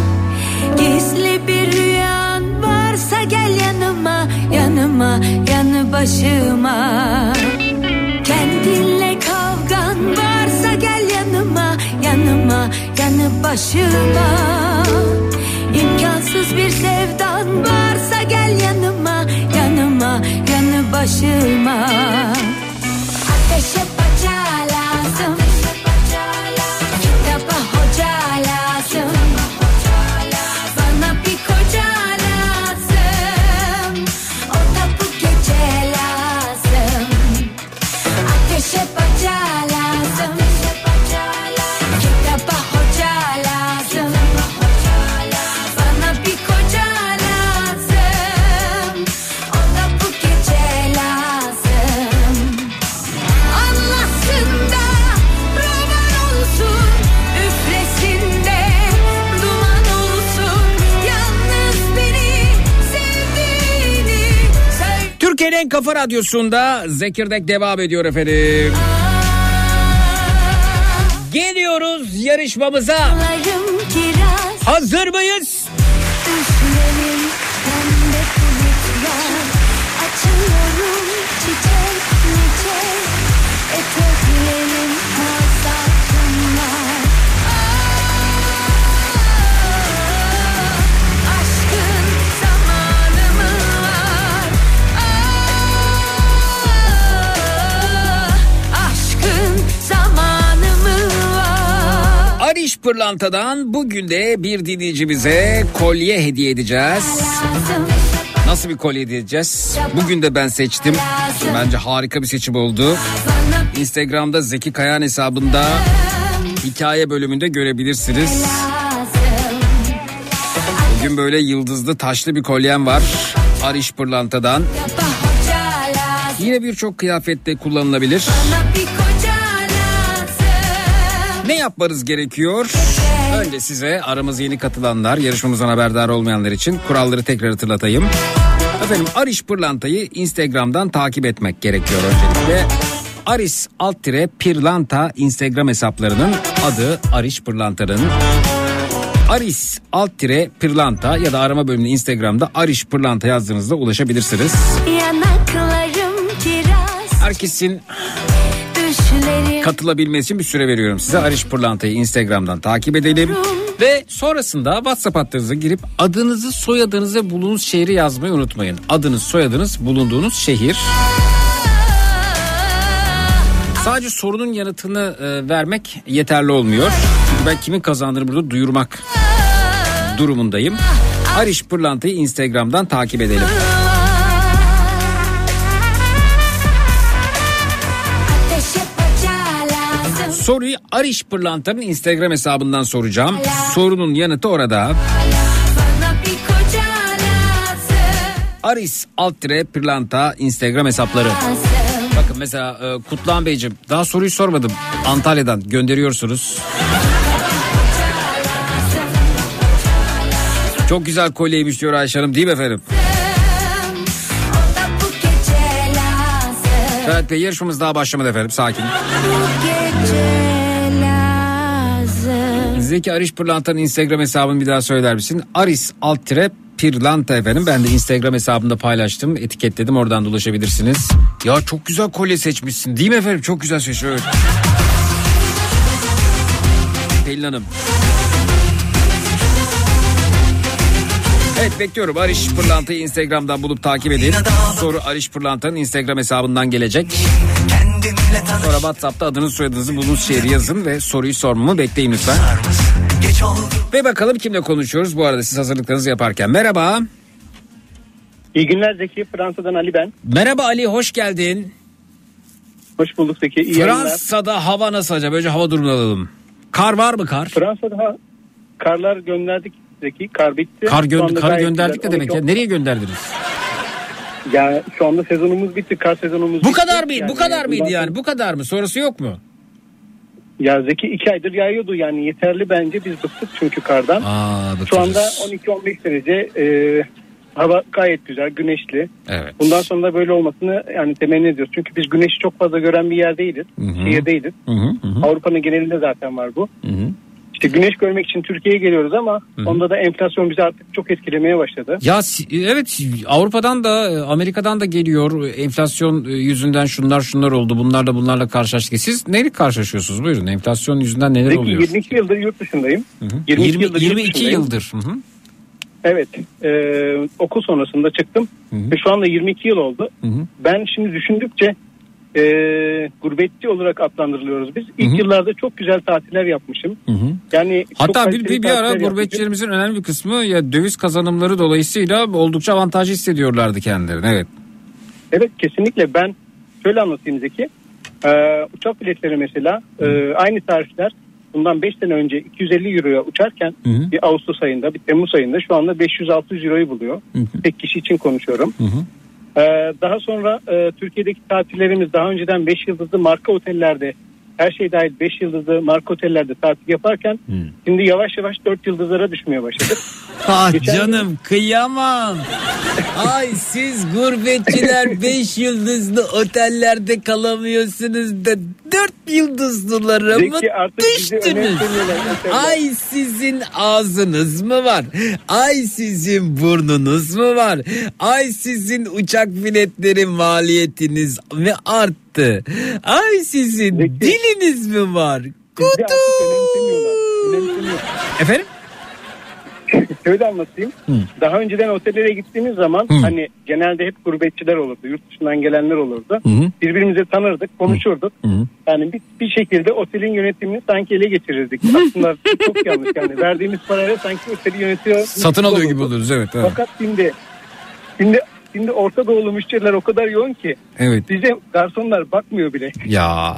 Gizli bir rüyan varsa gel yanıma, yanıma, yanı başıma. Kendinle kavgan varsa gel yanıma, yanıma, yanı başıma. İmkansız bir sevdan varsa gel yanıma, yanıma, yanı başıma. Ateşe baca lazım, kitaba hoca lazım. Bana bir koca lazım, o da bu gece lazım. Ateşe baca lazım, kitaba hoca lazım. Bana bir koca lazım, o da bu gece lazım. Anlasın da roman olsun, üflesin de duman olsun. Yalnız beni sevdiğini söyle. Türkiye'nin en kafa radyosunda Zekirdek devam ediyor efendim. Geliyoruz yarışmamıza. Ağlarım kiraz, Hazır mıyız? düşlerim pembe bulutlar. Açıyorum çiçek çiçek, eteklerim mazatımlar. Aşkın zamanı mı var? Pırlanta'dan bugün de bir dinleyicimize kolye hediye edeceğiz. Nasıl bir kolye hediye edeceğiz? Bugün de ben seçtim. Bence harika bir seçim oldu. Instagram'da Zeki Kayan hesabında hikaye bölümünde görebilirsiniz. Bugün böyle yıldızlı taşlı bir kolyem var. Ariş Pırlanta'dan. Yine birçok kıyafette kullanılabilir. Ne yapmanız gerekiyor? Önce size aramıza yeni katılanlar, yarışmamızdan haberdar olmayanlar için kuralları tekrar hatırlatayım. Efendim Ariş Pırlanta'yı Instagram'dan takip etmek gerekiyor öncelikle. Aris_Pirlanta Instagram hesaplarının adı Ariş Pırlanta'nın. Aris_Pirlanta ya da arama bölümünde Instagram'da Ariş Pırlanta yazdığınızda ulaşabilirsiniz. Herkesin katılabilmesi için bir süre veriyorum size. Ariş Pırlanta'yı Instagram'dan takip edelim. Ve sonrasında WhatsApp hattınıza girip adınızı, soyadınızı ve bulunduğunuz şehri yazmayı unutmayın. Adınız, soyadınız, bulunduğunuz şehir. Sadece sorunun yanıtını vermek yeterli olmuyor. Çünkü ben kimin kazandığını burada duyurmak durumundayım. Ariş Pırlanta'yı Instagram'dan takip edelim. Soruyu Ariş Pırlanta'nın Instagram hesabından soracağım. Sorunun yanıtı orada. Aris_Pirlanta Instagram hesapları. Bakın mesela Kutluhan Beyciğim, daha soruyu sormadım. Antalya'dan gönderiyorsunuz. Çok güzel kolyeymiş diyor Ayşe Hanım, değil mi efendim? Evet Bey, yarışmamız daha başlamadı efendim, sakin. Zeki Ariş Pırlanta'nın Instagram hesabını bir daha söyler misin? Aris_Pirlanta efendim. Ben de Instagram hesabımda paylaştım, etiketledim, oradan da ulaşabilirsiniz. Ya çok güzel kolye seçmişsin, değil mi efendim? Çok güzel seçmiş. Evet. Pelin Hanım. Evet, bekliyorum. Ariş Pırlanta'yı Instagram'dan bulup takip edin. Soru Ariş Pırlanta'nın Instagram hesabından gelecek. Sonra WhatsApp'ta adınız, soyadınızı, bulunduğunuz şehri yazın ve soruyu sormamı bekleyin lütfen. Ve bakalım kimle konuşuyoruz bu arada siz hazırlıklarınızı yaparken. Merhaba. İyi günler Zeki. Fransa'dan Ali ben. Merhaba Ali, hoş geldin. Hoş bulduk Zeki. İyi Fransa'da yayınlar. Hava nasıl acaba? Önce hava durumunu alalım. Kar var mı kar? Fransa'da karlar gönderdik Zeki. Kar bitti. Kar gönderdik ne demek ya? Nereye gönderdiniz? Ya şu anda sezonumuz bitti. Kar sezonumuz bitti. Bu kadar mıydı? Yani, bu kadar mıydı yani? Bu kadar mı? Sonrası yok mu? Ya Zeki 2 aydır yağıyordu yani yeterli bence, biz bıktık çünkü kardan. Şu anda 12-15 derece hava gayet güzel, güneşli. Evet. Bundan sonra da böyle olmasını yani temenni ediyoruz. Çünkü biz güneşi çok fazla gören bir yer değiliz. Şehir değiliz. Avrupa'nın genelinde zaten var bu. İşte güneş görmek için Türkiye'ye geliyoruz ama onda da enflasyon bizi artık çok etkilemeye başladı. Ya evet, Avrupa'dan da Amerika'dan da geliyor. Enflasyon yüzünden şunlar oldu. Bunlarla karşılaştık. Siz neyle karşılaşıyorsunuz? Buyurun. Enflasyon yüzünden neler Peki, oluyor? 22 yıldır yurt dışındayım. 22 yıldır. Evet. Okul sonrasında çıktım. Ve şu anda 22 yıl oldu. Ben şimdi düşündükçe gurbetçi olarak adlandırılıyoruz biz. İlk yıllarda çok güzel tatiller yapmışım. Yani hatta bir ara gurbetçilerimizin önemli bir kısmı ya döviz kazanımları dolayısıyla oldukça avantajlı hissediyorlardı kendilerini. Evet. Evet, kesinlikle. Ben şöyle anlatayım Zeki. Uçak biletleri mesela aynı tarifler bundan 5 sene önce 250 euroya uçarken bir Ağustos ayında, bir Temmuz ayında şu anda 500-600 euroyu buluyor. Tek kişi için konuşuyorum. Daha sonra Türkiye'deki tatillerimiz daha önceden 5 yıldızlı marka otellerde, her şey dahil 5 yıldızlı marka otellerde tatil yaparken şimdi yavaş yavaş 4 yıldızlara düşmeye başladık. Canım kıyamam. Ay siz gurbetçiler 5 yıldızlı otellerde kalamıyorsunuz da 4 yıldızlılara mı düştünüz? Ay sizin ağzınız mı var? Ay sizin burnunuz mu var? Ay sizin uçak biletleri maliyetiniz mi arttı? Ay sizin diliniz mi var? Kutu. Önemsemiyorlar. Efendim? Şöyle anlatayım. Daha önceden otellere gittiğimiz zaman hani genelde hep gurbetçiler olurdu. Yurt dışından gelenler olurdu. Birbirimizi tanırdık, konuşurduk. Yani bir şekilde otelin yönetimini sanki ele geçirirdik. Aslında çok yanlış yani. Verdiğimiz parayla sanki oteli yönetiyor. Satın alıyor gibi oluruz, evet. Fakat şimdi Orta Doğulu müşteriler o kadar yoğun ki. Evet. Bize garsonlar bakmıyor bile. Ya.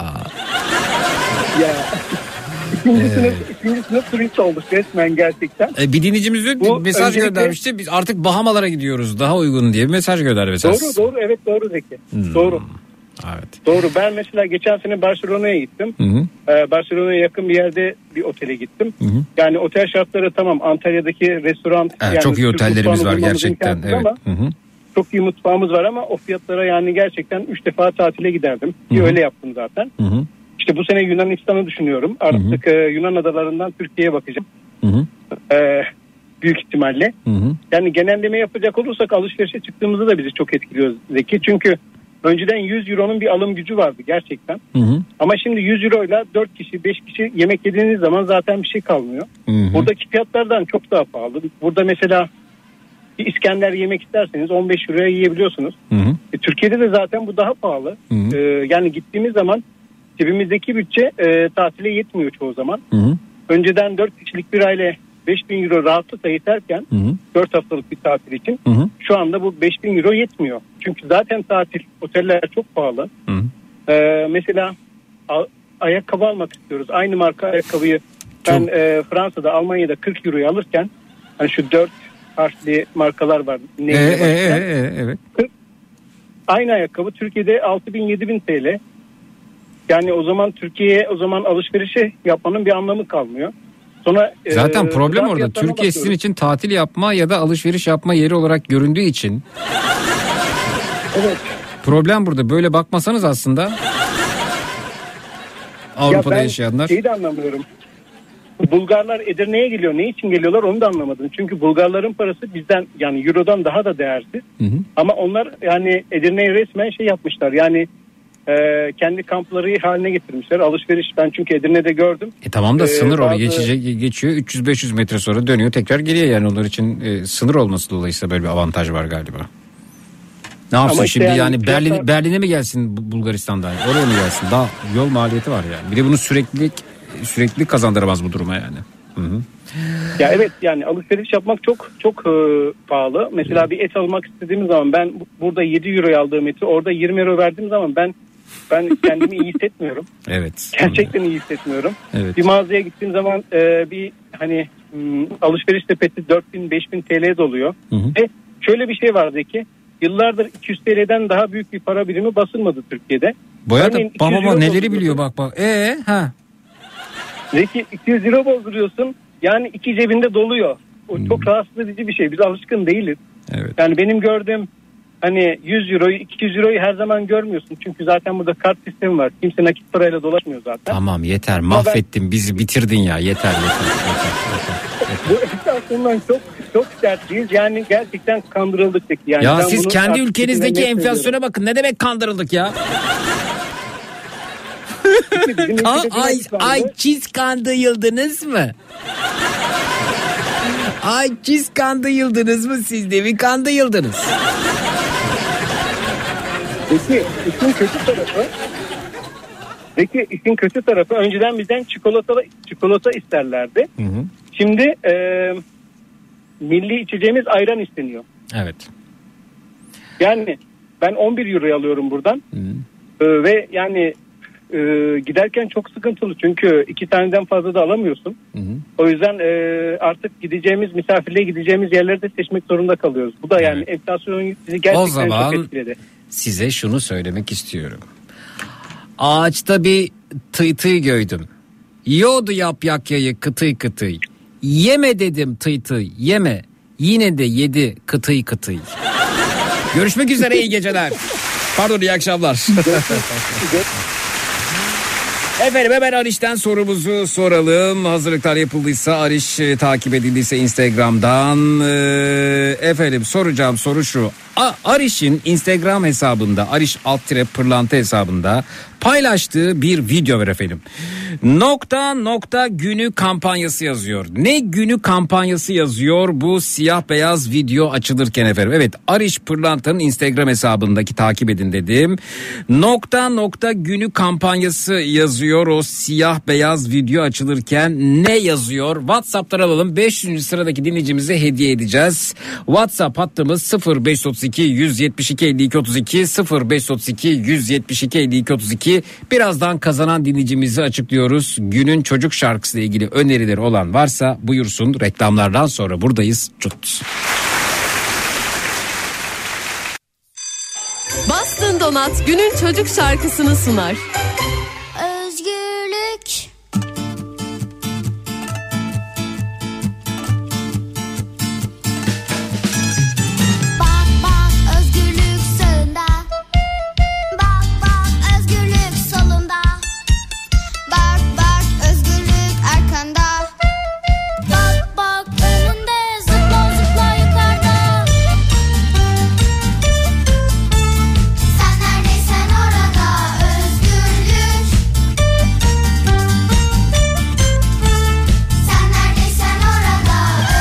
İkinci sınıf turist olduk resmen gerçekten. Bir dinleyicimiz mesaj göndermişti. Biz artık Bahamalara gidiyoruz daha uygun diye bir mesaj gönderdi mesela. Doğru evet doğru Zeki. Doğru. Evet. Doğru. Ben mesela geçen sene Barcelona'ya gittim. Barcelona'ya yakın bir yerde bir otele gittim. Yani otel şartları tamam. Antalya'daki restoran. Yani çok iyi otellerimiz var gerçekten. Evet. Çok iyi mutfağımız var ama o fiyatlara yani gerçekten 3 defa tatile giderdim. Ki öyle yaptım zaten. İşte bu sene Yunanistan'ı düşünüyorum. Artık Yunan adalarından Türkiye'ye bakacağım. Büyük ihtimalle. Yani genelleme yapacak olursak alışverişe çıktığımızda da bizi çok etkiliyor Zeki. Çünkü önceden 100 euronun bir alım gücü vardı gerçekten. Ama şimdi 100 euroyla 4 kişi 5 kişi yemek yediğiniz zaman zaten bir şey kalmıyor. Buradaki fiyatlardan çok daha pahalı. Burada mesela bir İskender yemek isterseniz 15 euroya yiyebiliyorsunuz. Türkiye'de de zaten bu daha pahalı. Yani gittiğimiz zaman cebimizdeki bütçe tatile yetmiyor çoğu zaman. Önceden 4 kişilik bir aile 5.000 euro rahatlıkla yeterken 4 haftalık bir tatil için şu anda bu 5.000 euro yetmiyor. Çünkü zaten tatil oteller çok pahalı. Mesela ayakkabı almak istiyoruz. Aynı marka ayakkabıyı ben Fransa'da Almanya'da 40 euroya alırken hani şu 4 harfli markalar var. Evet. Aynı ayakkabı Türkiye'de 6.000-7.000 TL. Yani o zaman Türkiye'ye alışverişe yapmanın bir anlamı kalmıyor. Sonra zaten problem orada. Türkiye sizin için tatil yapma ya da alışveriş yapma yeri olarak göründüğü için. Evet. Problem burada. Böyle bakmasanız aslında Avrupa'da yaşayanlar. Şeyi de anlamıyorum. Bulgarlar Edirne'ye geliyor. Ne için geliyorlar onu da anlamadım. Çünkü Bulgarların parası bizden yani Euro'dan daha da değersiz. Ama onlar yani Edirne'ye resmen şey yapmışlar. Yani kendi kampları haline getirmişler. Alışveriş ben çünkü Edirne'de gördüm. Tamam da sınır oraya geçiyor. 300-500 metre sonra dönüyor tekrar geliyor. Yani onlar için sınır olması dolayısıyla böyle bir avantaj var galiba. Ne yapsın şimdi yani Berlin'e mi gelsin Bulgaristan'dan? Oraya mı gelsin? Daha yol maliyeti var yani. Bir de bunu sürekli kazandıramaz bu duruma yani. Ya evet yani alışveriş yapmak çok pahalı. Mesela bir et almak istediğimiz zaman ben burada 7 euroya aldığım eti orada 20 euro verdiğim zaman ben kendimi iyi hissetmiyorum. Evet. Gerçekten iyi hissetmiyorum. Evet. Bir mağazaya gittiğim zaman bir hani alışveriş sepeti 4.000-5.000 TL'ye doluyor. Ve şöyle bir şey var Zeki. Yıllardır 200 TL'den daha büyük bir para birimi basılmadı Türkiye'de. Boya da baba neleri biliyor bak. Zeki 200 euro bozduruyorsun. Yani iki cebinde doluyor. O çok rahatsız edici bir şey. Biz alışkın değiliz. Evet. Yani benim gördüğüm hani 100 euroyu 200 euroyu her zaman görmüyorsun. Çünkü zaten burada kart sistemi var. Kimse nakit parayla dolaşmıyor zaten. Tamam yeter mahvettin bizi bitirdin ya yeter. Bu enflasyondan çok sertliyiz. Yani gerçekten kandırıldık. Yani ya siz kendi ülkenizdeki enflasyona bakın. Ne demek kandırıldık ya? Siz kandırıldınız mı? Siz kandırıldınız mı? Siz de mi kandırıldınız? Peki işin kötü tarafı önceden bizden çikolata isterlerdi. Şimdi milli içeceğimiz ayran isteniyor. Evet. Yani ben 11 euro alıyorum buradan. Ve yani giderken çok sıkıntılı çünkü 2 taneden fazla da alamıyorsun. O yüzden artık misafirliğe gideceğimiz yerleri de seçmek zorunda kalıyoruz. Bu da yani enflasyonun bizi gerçekten çok etkiledi. Size şunu söylemek istiyorum. Ağaçta bir tıy gördüm. Yiyordu yakyayı kıtıy. Yeme dedim tıy yeme. Yine de yedi kıtıy. Görüşmek üzere iyi geceler. Pardon iyi akşamlar. Efendim hemen Ariş'ten sorumuzu soralım. Hazırlıklar yapıldıysa Ariş takip edildiyse Instagram'dan. Efendim soracağım soru şu. Ariş'in Instagram hesabında Ariş _pırlanta hesabında paylaştığı bir video var efendim. Nokta günü kampanyası yazıyor. Ne günü kampanyası yazıyor bu siyah beyaz video açılırken efendim. Evet, Ariş Pırlanta'nın Instagram hesabındaki takip edin dedim. Nokta günü kampanyası yazıyor o siyah beyaz video açılırken. Ne yazıyor? WhatsApp'tan alalım. 500. sıradaki dinleyicimize hediye edeceğiz. WhatsApp hattımız 0532 172 52 32 0532 172 52 32. Birazdan kazanan dinleyicimizi açıklıyoruz. Günün çocuk şarkısıyla ilgili önerileri olan varsa buyursun. Reklamlardan sonra buradayız. Çut. Boston Donat günün çocuk şarkısını sunar. Özgürlük. Bak bak özgürlük sağında. Bak bak özgürlük solunda. Bak bak özgürlük arkanda. Bak bak önünde zıpla zıpla yukarıda. Sen neredeysen orada özgürlük. Sen neredeysen orada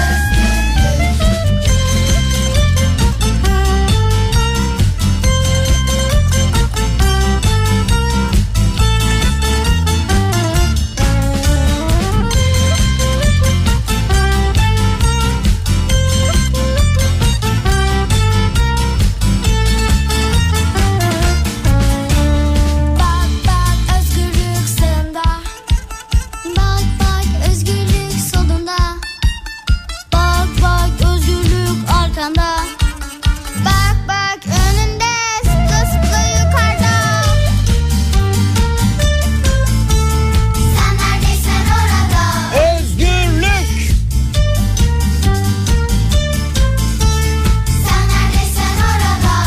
Bak bak özgürlük sağında. Bak bak özgürlük solunda. Bak bak özgürlük arkanda. Bak bak önünde zıpla zıpla yukarıda. Sen neredeysen orada. Özgürlük. Sen neredeysen orada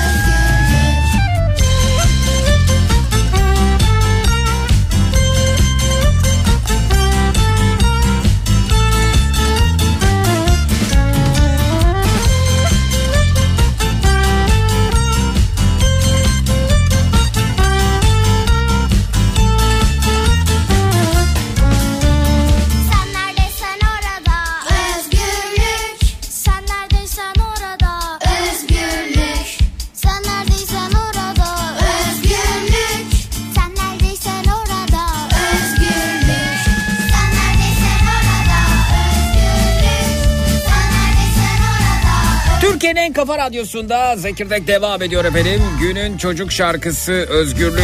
Sen neredeysen orada özgürlük. Sen neredeysen orada özgürlük. Sen neredeysen orada özgürlük. Sen neredeysen orada özgürlük. Sen neredeysen orada özgürlük. Sen neredeysen orada Türkiye'nin en kafa radyosunda Zekirdek devam ediyor efendim. Günün çocuk şarkısı Özgürlük.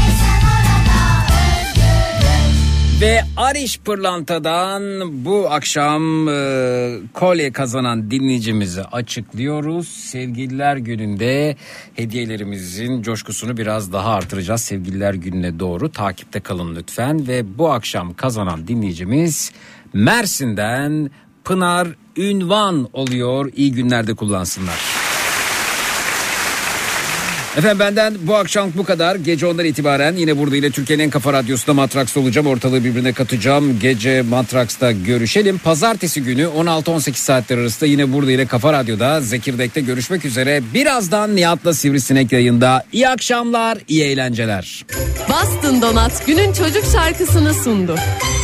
Ve Ariş Pırlanta'dan bu akşam kolye kazanan dinleyicimizi açıklıyoruz. Sevgililer Günü'nde hediyelerimizin coşkusunu biraz daha artıracağız. Sevgililer Günü'ne doğru takipte kalın lütfen. Ve bu akşam kazanan dinleyicimiz Mersin'den Pınar Ünvan oluyor. İyi günlerde kullansınlar. Efendim benden bu akşam bu kadar. Gece 10'dan itibaren yine burada yine Türkiye'nin en kafa radyosunda Matraks'ta olacağım. Ortalığı birbirine katacağım. Gece Matraks'ta görüşelim. Pazartesi günü 16-18 saatler arasında yine burada yine Kafa Radyo'da Zekirdek'te görüşmek üzere. Birazdan Nihat'la Sivrisinek yayında. İyi akşamlar, iyi eğlenceler. Boston Donat günün çocuk şarkısını sundu.